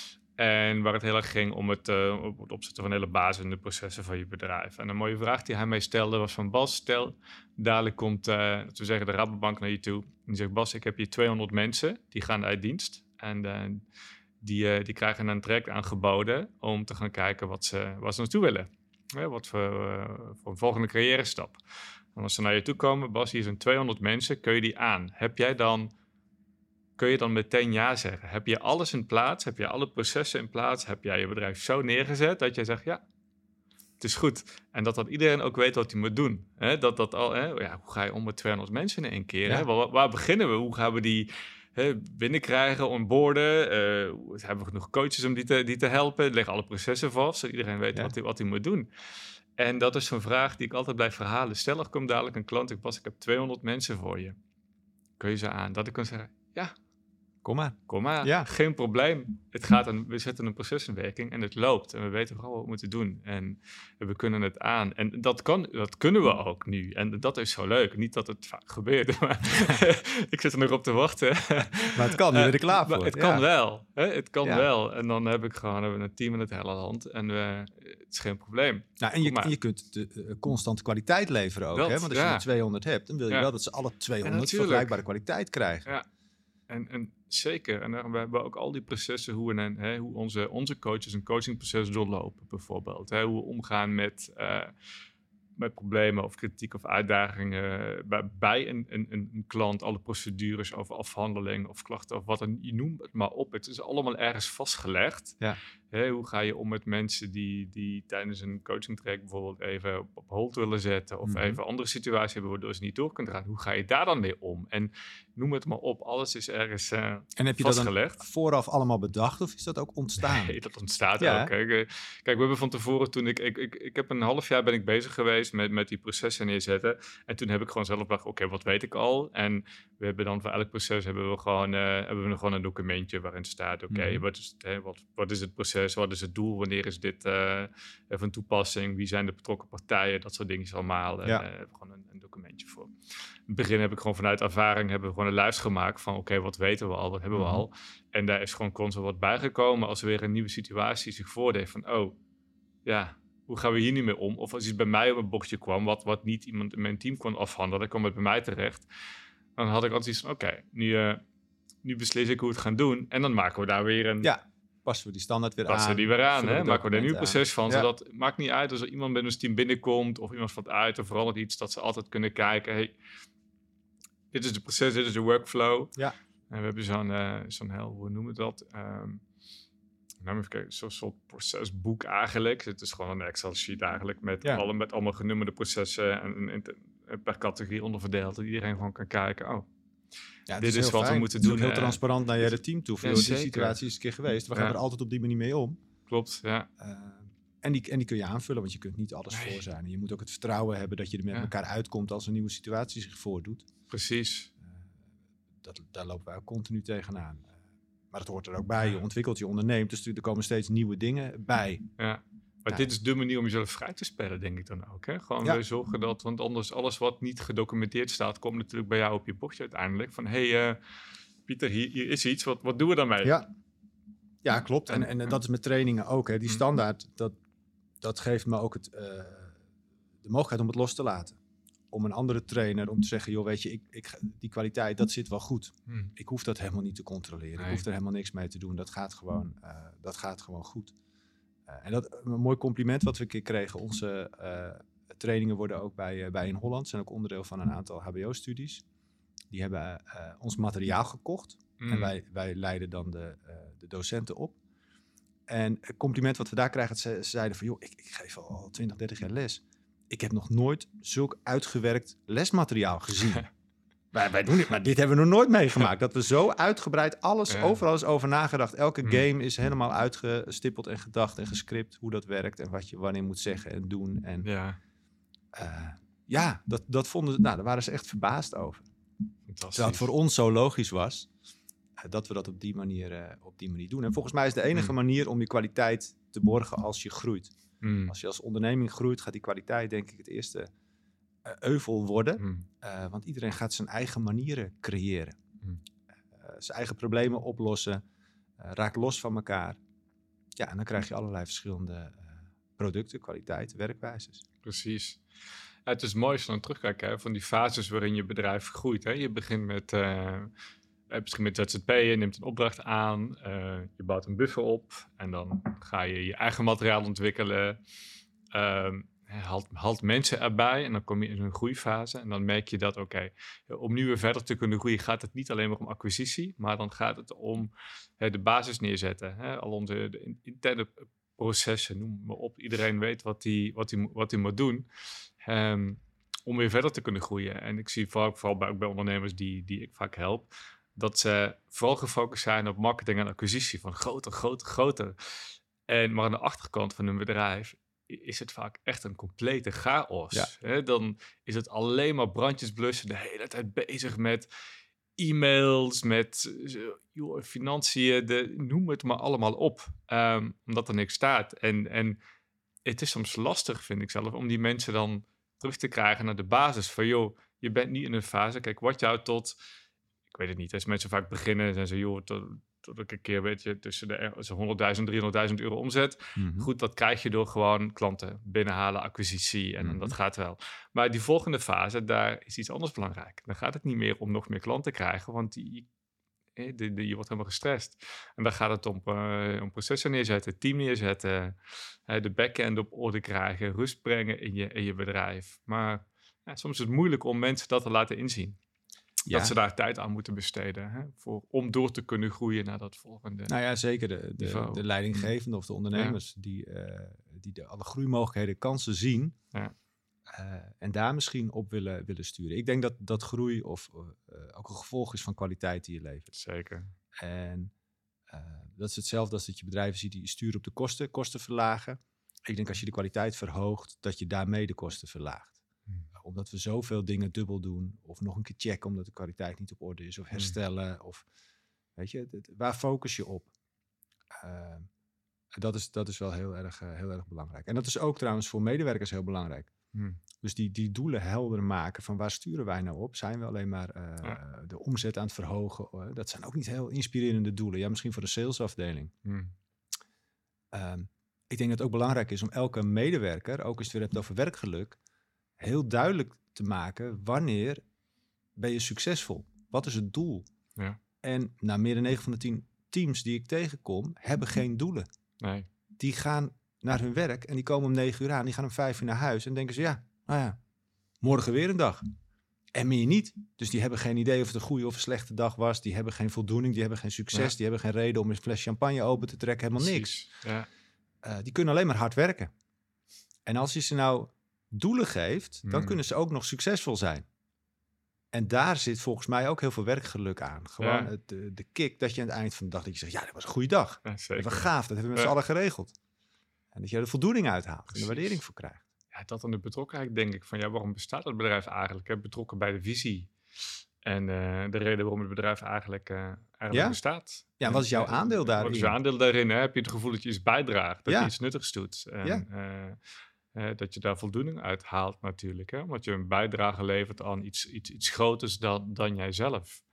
En waar het heel erg ging om het, uh, op het opzetten van hele basis in de processen van je bedrijf. En een mooie vraag die hij mij stelde was van Bas, stel, dadelijk komt, uh, laten we zeggen, de Rabobank naar je toe. En die zegt, Bas, ik heb hier tweehonderd mensen, die gaan uit dienst. En uh, die, uh, die krijgen een traject aangeboden om te gaan kijken wat ze, wat ze naartoe willen. Ja, wat voor, uh, voor een volgende carrière stap. En als ze naar je toe komen, Bas, hier zijn tweehonderd mensen, kun je die aan? Heb jij dan... kun je dan meteen ja zeggen? Heb je alles in plaats? Heb je alle processen in plaats? Heb jij je bedrijf zo neergezet dat jij zegt, ja, het is goed. En dat dat iedereen ook weet wat hij moet doen. Hè? Dat dat al, hè? Ja, hoe ga je om met tweehonderd mensen in één keer? Ja. Hè? Waar, waar beginnen we? Hoe gaan we die hè, binnenkrijgen, onboarden? Uh, hebben we genoeg coaches om die te, die te helpen? Leggen alle processen vast, zodat iedereen weet ja. wat hij wat hij moet doen. En dat is zo'n vraag die ik altijd blijf verhalen. Stel, er komt dadelijk een klant, ik pas, ik heb tweehonderd mensen voor je. Kun je ze aan? Dat ik kan zeggen, ja, Kom maar. Kom maar, Ja. geen probleem. Het gaat een, we zetten een proces in werking en het loopt. En we weten vooral wat we moeten doen. En, en we kunnen het aan. En dat, kan, dat kunnen we ook nu. En dat is zo leuk. Niet dat het vaak gebeurt, maar ik zit er nog op te wachten. Maar het kan, nu ben ik er klaar voor. Maar het Ja. kan wel. Hè? Het kan Ja. wel. En dan heb ik gewoon hebben we een team in het hele hand. En we, het is geen probleem. Nou, en, je, Kom maar. en je kunt de, uh, constant kwaliteit leveren ook. Dat, Hè? Want als ja. je er tweehonderd hebt, dan wil je Ja. wel dat ze alle tweehonderd natuurlijk. vergelijkbare kwaliteit krijgen. Ja. En, en zeker. En daarom hebben we ook al die processen, hoe, we, hè, hoe onze, onze coaches een coachingproces doorlopen, bijvoorbeeld. Hè, hoe we omgaan met, uh, met problemen of kritiek of uitdagingen bij, bij een, een, een klant. Alle procedures over afhandeling of klachten of wat dan. Je noemt het maar op. Het is allemaal ergens vastgelegd. Ja. Hè, hoe ga je om met mensen die, die tijdens een coaching traject bijvoorbeeld even op, op hold willen zetten of Mm-hmm. even andere situaties hebben waardoor ze niet door kunnen gaan. Hoe ga je daar dan mee om? En noem het maar op. Alles is ergens uh, En heb je dat vastgelegd. dan vooraf allemaal bedacht of is dat ook ontstaan? Nee, dat ontstaat Ja. ook. Kijk, uh, kijk, we hebben van tevoren toen ik, ik, ik, ik heb een half jaar ben ik bezig geweest met, met die processen neerzetten. En toen heb ik gewoon zelf gedacht, oké, okay, wat weet ik al? En we hebben dan voor elk proces hebben we gewoon, uh, hebben we gewoon een documentje waarin staat, oké, okay, Mm-hmm. wat, is het, wat, wat is het proces? Wat is het doel? Wanneer is dit uh, van toepassing? Wie zijn de betrokken partijen? Dat soort dingen allemaal. Ja. En uh, hebben we gewoon een, een documentje voor. In het begin heb ik gewoon vanuit ervaring hebben we gewoon een lijst gemaakt van oké, okay, wat weten we al, wat hebben we Mm-hmm. al? En daar is gewoon constant wat bijgekomen als er weer een nieuwe situatie zich voordeed van oh, ja, hoe gaan we hier nu mee om? Of als iets bij mij op een bochtje kwam, wat, wat niet iemand in mijn team kon afhandelen, dan kwam het bij mij terecht. Dan had ik altijd iets van oké, okay, nu, uh, nu beslis ik hoe we het gaan doen. En dan maken we daar weer een... Ja, passen we die standaard weer passen aan. we die weer aan, hè? Maken we daar een nieuw proces aan. van. Ja. Zodat het maakt niet uit als er iemand bij ons team binnenkomt of iemand valt uit of vooral iets dat ze altijd kunnen kijken. Hey, dit is het proces, dit is de workflow. Ja. En we hebben zo'n, uh, zo'n heel, hoe noemen we dat? Um, nou, even kijken, zo'n soort procesboek eigenlijk. Het is gewoon een Excel sheet eigenlijk met, Ja. alle, met allemaal genummerde processen en, en, en per categorie onderverdeeld. Dat iedereen gewoon kan kijken, oh, Ja, dit is heel wat fijn. we moeten het is doen. ook heel uh, transparant naar je hele team toe. Van, ja, joh, die zeker. situatie is een keer geweest. We gaan Ja. er altijd op die manier mee om. Klopt, ja. Uh, en, die, en die kun je aanvullen, want je kunt niet alles Nee. voor zijn. En je moet ook het vertrouwen hebben dat je er met Ja. elkaar uitkomt als een nieuwe situatie zich voordoet. Precies. Uh, dat, daar lopen wij ook continu tegenaan. Uh, maar dat hoort er ook bij. Je ontwikkelt, je onderneemt. Dus er komen steeds nieuwe dingen bij. Ja. Maar Ja. dit is de manier om jezelf vrij te spellen, denk ik dan ook. Hè? Gewoon Ja. weer zorgen dat, want anders alles wat niet gedocumenteerd staat, komt natuurlijk bij jou op je bordje uiteindelijk. Van, hé hey, uh, Pieter, hier, hier is iets, wat, wat doen we daarmee? Ja, ja klopt. En, en, en dat is met trainingen ook. Hè. Die Mm. standaard, dat, dat geeft me ook het, uh, de mogelijkheid om het los te laten. Om een andere trainer, om te zeggen, joh, weet je, ik, ik, die kwaliteit, dat zit wel goed. Hmm. Ik hoef dat helemaal niet te controleren. Nee. Ik hoef er helemaal niks mee te doen. Dat gaat gewoon, uh, dat gaat gewoon goed. Uh, en dat een mooi compliment wat we een keer kregen. Onze uh, trainingen worden ook bij, uh, bij In Holland. Zijn ook onderdeel van een aantal H B O-studies. Die hebben uh, ons materiaal gekocht. Hmm. En wij, wij leiden dan de, uh, de docenten op. En het compliment wat we daar krijgen, ze, ze zeiden van, joh, ik, ik geef al twintig, dertig jaar les. Ik heb nog nooit zulk uitgewerkt lesmateriaal gezien. wij, wij doen dit, maar dit hebben we nog nooit meegemaakt. Dat we zo uitgebreid alles, Ja. overal is over nagedacht. Elke Mm. game is helemaal uitgestippeld en gedacht en gescript. Hoe dat werkt en wat je wanneer moet zeggen en doen. En Ja, uh, ja, dat, dat vonden ze, nou, daar waren ze echt verbaasd over. fantastisch. Terwijl het voor ons zo logisch was uh, dat we dat op die, manier, uh, op die manier doen. En volgens mij is de enige Mm. manier om je kwaliteit te borgen als je groeit. Hmm. Als je als onderneming groeit, gaat die kwaliteit denk ik het eerste uh, euvel worden. Hmm. Uh, want iedereen gaat zijn eigen manieren creëren. Hmm. Uh, zijn eigen problemen oplossen. Uh, raakt los van elkaar. Ja, en dan krijg je allerlei verschillende uh, producten, kwaliteiten, werkwijzes. Precies. Ja, het is mooi als je dan terugkijkt hè, van die fases waarin je bedrijf groeit. Hè. Je begint met, uh, misschien met Z Z P, je neemt een opdracht aan, uh, je bouwt een buffer op en dan ga je je eigen materiaal ontwikkelen. Um, haalt, haalt mensen erbij en dan kom je in een groeifase en dan merk je dat, oké, okay, om nu weer verder te kunnen groeien gaat het niet alleen maar om acquisitie, maar dan gaat het om hè, de basis neerzetten. Hè. Al onze de interne processen, noem maar op. Iedereen weet wat hij wat die, wat die moet doen um, om weer verder te kunnen groeien. En ik zie vooral, vooral bij, ook bij ondernemers die, die ik vaak help, dat ze vooral gefocust zijn op marketing en acquisitie van groter, groter, groter. En maar aan de achterkant van hun bedrijf is het vaak echt een complete chaos. Ja. Hè? Dan is het alleen maar brandjes blussen, de hele tijd bezig met e-mails, met uh, joh, financiën, de, noem het maar allemaal op. Um, omdat er niks staat. En, en het is soms lastig, vind ik zelf, om die mensen dan terug te krijgen naar de basis. Van joh, je bent niet in een fase. Kijk, wat jou tot... Ik weet het niet. Als mensen vaak beginnen en ze joh, tot, tot ik een keer weet je tussen de honderdduizend, driehonderdduizend euro omzet. Mm-hmm. Goed, dat krijg je door gewoon klanten binnenhalen, acquisitie en mm-hmm. dat gaat wel. Maar die volgende fase, daar is iets anders belangrijk. Dan gaat het niet meer om nog meer klanten te krijgen, want die, die, die, die, je wordt helemaal gestrest. En dan gaat het om, uh, om processen neerzetten, team neerzetten, uh, de backend op orde krijgen, rust brengen in je, in je bedrijf. Maar ja, soms is het moeilijk om mensen dat te laten inzien. Ja. Dat ze daar tijd aan moeten besteden. Hè, voor, om door te kunnen groeien naar dat volgende. Nou ja, zeker. De, de, de leidinggevenden of de ondernemers. Ja. Die, uh, die de, alle groeimogelijkheden, kansen zien. Ja. Uh, en daar misschien op willen, willen sturen. Ik denk dat, dat groei of, uh, ook een gevolg is van kwaliteit die je levert. Zeker. En uh, dat is hetzelfde als dat je bedrijven ziet die sturen op de kosten. Kosten verlagen. Ik denk als je de kwaliteit verhoogt, dat je daarmee de kosten verlaagt. Omdat we zoveel dingen dubbel doen. Of nog een keer checken omdat de kwaliteit niet op orde is. Of herstellen. Mm. Of, weet je, d- waar focus je op? Uh, dat, is, dat is wel heel erg, uh, heel erg belangrijk. En dat is ook trouwens voor medewerkers heel belangrijk. Mm. Dus die, die doelen helder maken. Van waar sturen wij nou op? Zijn we alleen maar uh, ja. de omzet aan het verhogen? Uh, dat zijn ook niet heel inspirerende doelen. Ja, misschien voor de salesafdeling. Mm. Um, ik denk dat het ook belangrijk is om elke medewerker, ook als je het weer hebt over werkgeluk, heel duidelijk te maken, wanneer ben je succesvol? Wat is het doel? Ja. En nou, meer dan negen van de tien teams die ik tegenkom, hebben geen doelen. Nee. Die gaan naar hun werk en die komen om negen uur aan. Die gaan om vijf uur naar huis en denken ze, ja, nou ja, morgen weer een dag. En meer niet. Dus die hebben geen idee of het een goede of een slechte dag was. Die hebben geen voldoening, die hebben geen succes. Ja. Die hebben geen reden om een fles champagne open te trekken. Helemaal Precies. niks. Ja. Uh, die kunnen alleen maar hard werken. En als je ze nou doelen geeft, dan mm. kunnen ze ook nog succesvol zijn. En daar zit volgens mij ook heel veel werkgeluk aan. Gewoon ja. het, de, de kick dat je aan het eind van de dag, dat je zegt, ja, dat was een goede dag. Ja, dat was gaaf, dat hebben we met ja. z'n allen geregeld. En dat je er de voldoening uithaalt Precies. en de waardering voor krijgt. Ja, dat dan de betrokkenheid, denk ik, van ja, waarom bestaat het bedrijf eigenlijk? Hè? Betrokken bij de visie. En uh, de reden waarom het bedrijf eigenlijk, uh, eigenlijk ja? bestaat. Ja, wat is jouw aandeel daarin? Wat is jouw aandeel daarin? Hè? Heb je het gevoel dat je iets bijdraagt? Dat ja. je iets nuttigs doet? En, ja. uh, Uh, dat je daar voldoening uit haalt natuurlijk. Hè? Omdat je een bijdrage levert aan iets, iets, iets groters dan, dan jijzelf.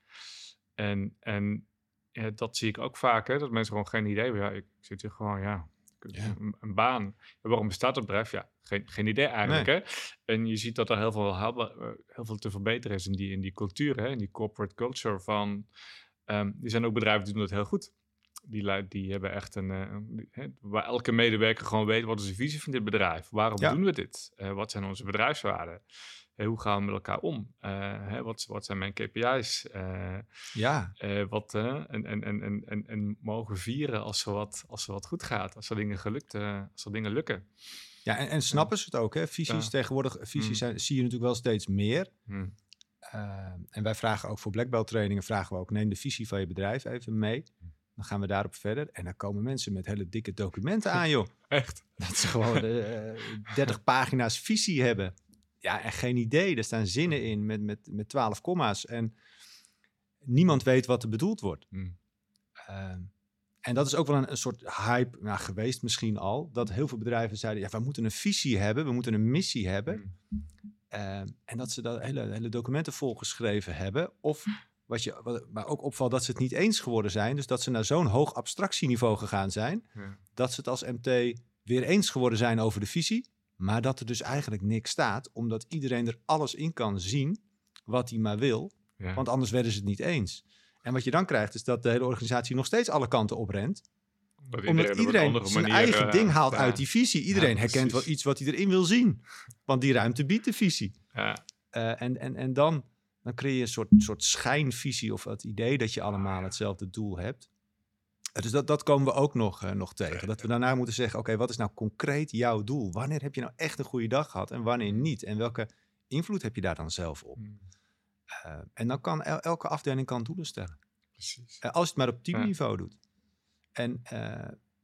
En, en ja, dat zie ik ook vaak. Hè? Dat mensen gewoon geen idee hebben. Ja, ik zit hier gewoon, ja, ja. Een, een baan. Ja, waarom bestaat het bedrijf? Ja, geen, geen idee eigenlijk. Nee. Hè? En je ziet dat er heel veel, heel veel te verbeteren is in die, in die cultuur. Hè? In die corporate culture van... Um, er zijn ook bedrijven die doen het heel goed. Die, die hebben echt een... Uh, he, waar elke medewerker gewoon weet, wat is de visie van dit bedrijf? Waarom ja. doen we dit? Uh, wat zijn onze bedrijfswaarden? Uh, hoe gaan we met elkaar om? Uh, hè, wat, wat zijn mijn K P I's? Uh, ja. Uh, wat, uh, en, en, en, en, en mogen vieren als er wat, als er wat goed gaat. Als er dingen, gelukt, uh, als er dingen lukken. Ja, en, en snappen ze het ook, hè? Visies ja. tegenwoordig, visies hmm. zijn, zie je natuurlijk wel steeds meer. Hmm. Uh, en wij vragen ook voor Black Belt trainingen, vragen we ook, neem de visie van je bedrijf even mee. Dan gaan we daarop verder. En dan komen mensen met hele dikke documenten aan, joh. Echt? Dat ze gewoon uh, dertig pagina's visie hebben. Ja, en geen idee. Er staan zinnen in met, met, met twaalf komma's. En niemand weet wat er bedoeld wordt. Mm. Uh, en dat is ook wel een, een soort hype nou, geweest misschien al. Dat heel veel bedrijven zeiden, ja, we moeten een visie hebben. We moeten een missie hebben. Mm. Uh, en dat ze dat hele, hele documenten volgeschreven hebben. Of... Wat je, wat, maar ook opvalt dat ze het niet eens geworden zijn. Dus dat ze naar zo'n hoog abstractieniveau gegaan zijn. Ja. Dat ze het als M T weer eens geworden zijn over de visie. Maar dat er dus eigenlijk niks staat. Omdat iedereen er alles in kan zien wat hij maar wil. Ja. Want anders werden ze het niet eens. En wat je dan krijgt is dat de hele organisatie nog steeds alle kanten oprent. Dat omdat iedereen, iedereen zijn manier, eigen uh, ding haalt ja. uit die visie. Iedereen ja, herkent wel iets wat hij erin wil zien. Want die ruimte biedt de visie. Ja. Uh, en, en, en dan... Dan creëer je een soort, soort schijnvisie of het idee dat je allemaal hetzelfde doel hebt. Dus dat, dat komen we ook nog, uh, nog tegen. Dat we daarna moeten zeggen, oké, okay, wat is nou concreet jouw doel? Wanneer heb je nou echt een goede dag gehad en wanneer niet? En welke invloed heb je daar dan zelf op? Uh, en dan kan el- elke afdeling kan doelen stellen. Precies. Uh, als je het maar op teamniveau ja. doet. En uh,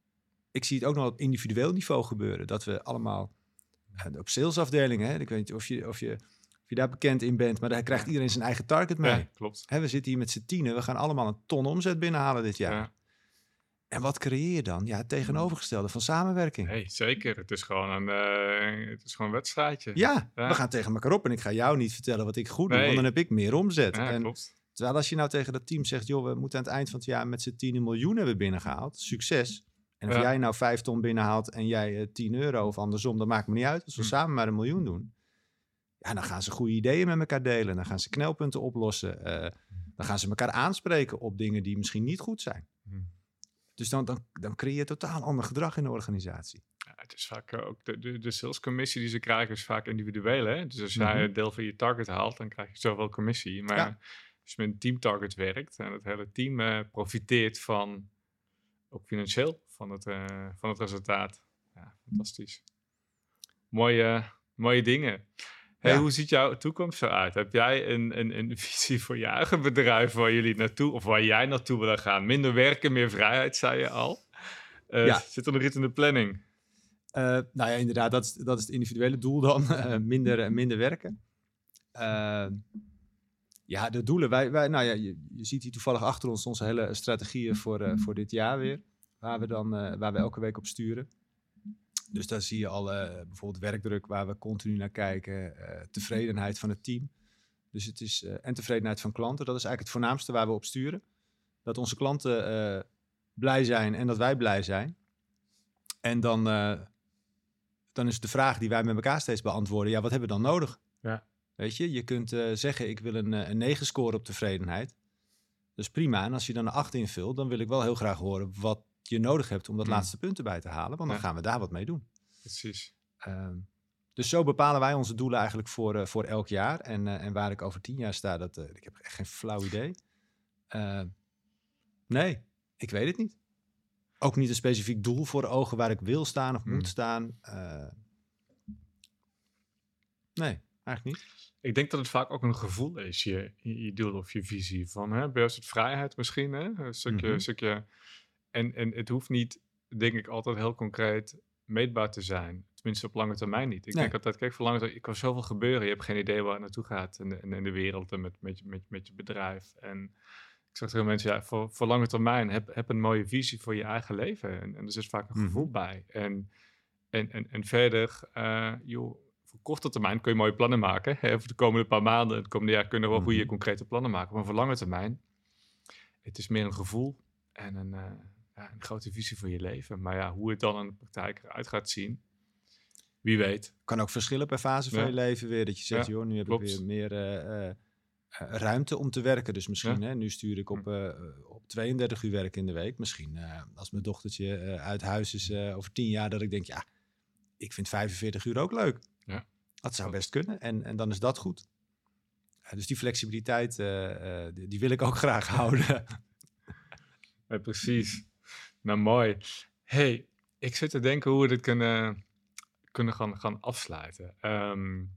ik zie het ook nog op individueel niveau gebeuren. Dat we allemaal uh, op salesafdelingen, hè, ik weet niet of je... Of je of je daar bekend in bent. Maar daar krijgt ja. iedereen zijn eigen target mee. Ja, klopt. Hè, we zitten hier met z'n tienen. We gaan allemaal een ton omzet binnenhalen dit jaar. Ja. En wat creëer je dan? Ja, het tegenovergestelde van samenwerking. Nee, zeker. Het is gewoon een, uh, het is gewoon een wedstrijdje. Ja, ja, we gaan tegen elkaar op. En ik ga jou niet vertellen wat ik goed doe, nee. want dan heb ik meer omzet. Ja, en, klopt. Terwijl als je nou tegen dat team zegt, joh, we moeten aan het eind van het jaar met z'n tien een miljoen hebben binnengehaald. Succes. En als ja. jij nou vijf ton binnenhaalt en jij uh, tien euro of andersom, dan maakt me niet uit. Als we hm. samen maar een miljoen doen. Ja, dan gaan ze goede ideeën met elkaar delen. Dan gaan ze knelpunten oplossen. Uh, dan gaan ze elkaar aanspreken op dingen die misschien niet goed zijn. Hm. Dus dan, dan, dan creëer je totaal ander gedrag in de organisatie. Ja, het is vaak uh, ook de, de, de salescommissie die ze krijgen is vaak individueel. Hè? Dus als jij mm-hmm. een deel van je target haalt, dan krijg je zoveel commissie. Maar ja. als je met een teamtarget werkt en het hele team uh, profiteert van, ook financieel, van het, uh, van het resultaat. Ja, fantastisch. Mooie, mooie dingen. Hey, ja. Hoe ziet jouw toekomst eruit? Heb jij een, een, een visie voor je eigen bedrijf waar jullie naartoe, of waar jij naartoe wil gaan? Minder werken, meer vrijheid, zei je al. Uh, ja. Zit er nog iets in de planning? Uh, nou ja, inderdaad, dat is, dat is het individuele doel dan. Uh, minder, uh, minder werken. Uh, ja, de doelen. Wij, wij, nou ja, je, je ziet hier toevallig achter ons onze hele strategieën voor, uh, voor dit jaar weer. Waar we, dan, uh, waar we elke week op sturen. Dus daar zie je al uh, bijvoorbeeld werkdruk waar we continu naar kijken. Uh, tevredenheid van het team. Dus het is, uh, en tevredenheid van klanten. Dat is eigenlijk het voornaamste waar we op sturen. Dat onze klanten uh, blij zijn en dat wij blij zijn. En dan, uh, dan is de vraag die wij met elkaar steeds beantwoorden. Ja, wat hebben we dan nodig? Ja. Weet je, je kunt uh, zeggen ik wil een, een negen scoren op tevredenheid. Dat is prima. En als je dan een acht invult, dan wil ik wel heel graag horen wat je nodig hebt om dat mm. laatste punt erbij te halen. Want dan ja. gaan we daar wat mee doen. Precies. Uh, dus zo bepalen wij onze doelen eigenlijk voor, uh, voor elk jaar. En, uh, en waar ik over tien jaar sta, dat, uh, ik heb echt geen flauw idee. Uh, nee, ik weet het niet. Ook niet een specifiek doel voor de ogen waar ik wil staan of mm. moet staan. Uh, nee, eigenlijk niet. Ik denk dat het vaak ook een gevoel is, je, je doel of je visie. Van, hè, bij ons het vrijheid misschien, hè? Een stukje... Mm-hmm. stukje En, en het hoeft niet, denk ik, altijd heel concreet meetbaar te zijn. Tenminste, op lange termijn niet. Ik nee. denk altijd, kijk, voor lange termijn, er kan zoveel gebeuren. Je hebt geen idee waar het naartoe gaat in de, in de wereld en met, met, met, met je bedrijf. En ik zeg tegen mensen, ja, voor, voor lange termijn, heb, heb een mooie visie voor je eigen leven. En, en er zit vaak een mm-hmm. gevoel bij. En, en, en, en verder, uh, joh, voor korte termijn kun je mooie plannen maken. Hè? Voor de komende paar maanden, het komende jaar kunnen we wel mm-hmm. goede, concrete plannen maken. Maar voor lange termijn, het is meer een gevoel en een... Uh, Ja, een grote visie voor je leven. Maar ja, hoe het dan in de praktijk eruit gaat zien, wie weet. Kan ook verschillen per fase van ja. je leven weer. Dat je zegt, ja, joh, nu heb klopt. ik weer meer uh, uh, ruimte om te werken. Dus misschien, ja. hè, nu stuur ik op, uh, op tweeëndertig uur werk in de week. Misschien uh, als mijn dochtertje uh, uit huis is uh, over tien jaar, dat ik denk, ja, ik vind vijfenveertig uur ook leuk. Ja. Dat zou best kunnen. En, en dan is dat goed. Uh, dus die flexibiliteit, uh, uh, die, die wil ik ook graag houden. Ja, precies. Nou, mooi. Hey, ik zit te denken hoe we dit kunnen, kunnen gaan, gaan afsluiten. Um,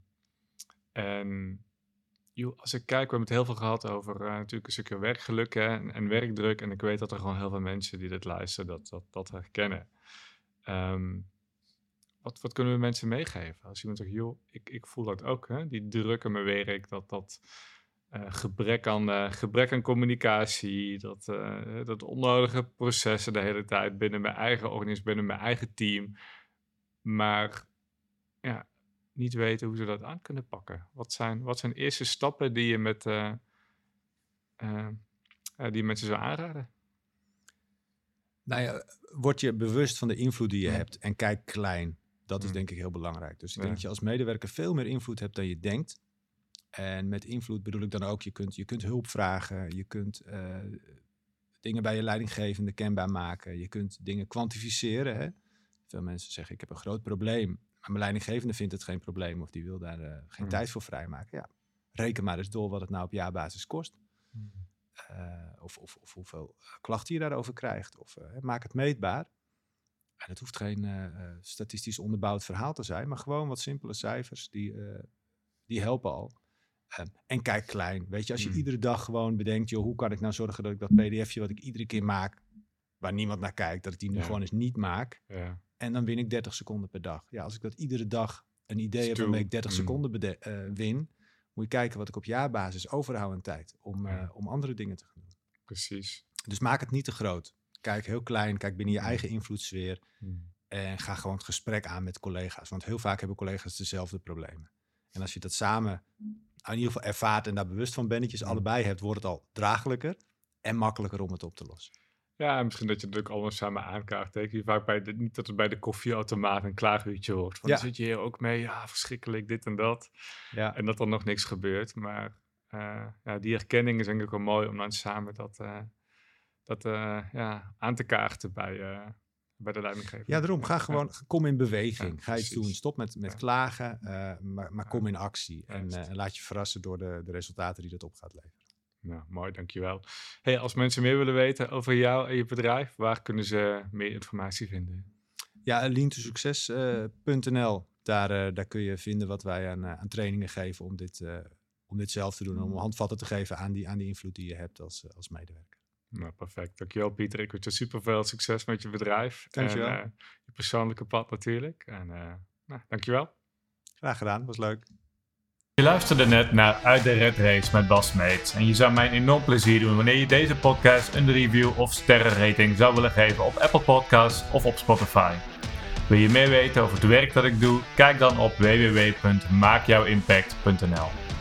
en joh, als ik kijk, we hebben het heel veel gehad over uh, natuurlijk een stukje werkgeluk hè, en, en werkdruk. En ik weet dat er gewoon heel veel mensen die dit luisteren, dat, dat, dat herkennen. Um, wat, wat kunnen we mensen meegeven? Als iemand zegt, joh, ik, ik voel dat ook. Hè? Die druk in mijn werk, dat... dat Uh, gebrek, aan, uh, gebrek aan communicatie, dat, uh, dat onnodige processen de hele tijd binnen mijn eigen organisatie, binnen mijn eigen team. Maar ja, niet weten hoe ze dat aan kunnen pakken. Wat zijn, wat zijn eerste stappen die je met uh, uh, uh, die mensen zou aanraden? Nou ja, word je bewust van de invloed die je ja. hebt en kijk klein. Dat is mm. denk ik heel belangrijk. Dus ik ja. denk dat je als medewerker veel meer invloed hebt dan je denkt. En met invloed bedoel ik dan ook, je kunt, je kunt hulp vragen, je kunt uh, dingen bij je leidinggevende kenbaar maken, je kunt dingen kwantificeren. Hè? Veel mensen zeggen, ik heb een groot probleem, maar mijn leidinggevende vindt het geen probleem of die wil daar uh, geen mm. tijd voor vrijmaken. Ja, reken maar eens door wat het nou op jaarbasis kost. Mm. Uh, of, of, of hoeveel klachten je daarover krijgt. Of uh, maak het meetbaar. En het hoeft geen uh, statistisch onderbouwd verhaal te zijn, maar gewoon wat simpele cijfers, die, uh, die helpen al. Um, en kijk klein. Weet je, als je mm. iedere dag gewoon bedenkt, joh, hoe kan ik nou zorgen dat ik dat P D F'je wat ik iedere keer maak, waar niemand naar kijkt, dat ik die nu ja. gewoon eens niet maak. Ja. En dan win ik dertig seconden per dag. Ja, als ik dat iedere dag een idee heb waarmee ik dertig mm. seconden bede- uh, win, moet je kijken wat ik op jaarbasis overhoud aan tijd om, uh, Ja. om andere dingen te gaan doen. Precies. Dus maak het niet te groot. Kijk heel klein, kijk binnen je eigen invloedssfeer Hmm. en ga gewoon het gesprek aan met collega's. Want heel vaak hebben collega's dezelfde problemen. En als je dat samen in ieder geval ervaart en daar bewust van bent, dat je ze Hmm. allebei hebt, wordt het al draaglijker en makkelijker om het op te lossen. Ja, misschien dat je het ook allemaal samen aankaart. Teken je vaak bij de, niet dat het bij de koffieautomaat een klaaguurtje wordt. Van, Ja. Dan zit je hier ook mee, ja, verschrikkelijk, dit en dat. Ja. En dat er nog niks gebeurt. Maar uh, ja, die herkenning is denk ik wel mooi om dan samen dat, uh, dat uh, ja, aan te kaarten bij, uh, bij de leidinggever. Ja, daarom. Ga gewoon, kom in beweging. Ja, ga iets precies. doen. Stop met, met Ja. klagen, uh, maar, maar kom in actie. En, Juist. uh, en laat je verrassen door de, de resultaten die dat op gaat leveren. Nou, mooi, dankjewel. Hey, als mensen meer willen weten over jou en je bedrijf, waar kunnen ze meer informatie vinden? Ja, lean to succes punt n l. Daar, uh, daar kun je vinden wat wij aan, uh, aan trainingen geven om dit, uh, om dit zelf te doen. Om handvatten te geven aan die, aan die invloed die je hebt als, uh, als medewerker. Nou, perfect. Dankjewel, Pieter. Ik wens je super veel succes met je bedrijf. Dankjewel. En uh, je persoonlijke pad natuurlijk. En uh, nou, dankjewel. Graag gedaan, was leuk. Je luisterde net naar Uit de Red Race met Bas Smeets. En je zou mij een enorm plezier doen wanneer je deze podcast een review of sterrenrating zou willen geven op Apple Podcasts of op Spotify. Wil je meer weten over het werk dat ik doe? Kijk dan op w w w punt maak jou impact punt n l.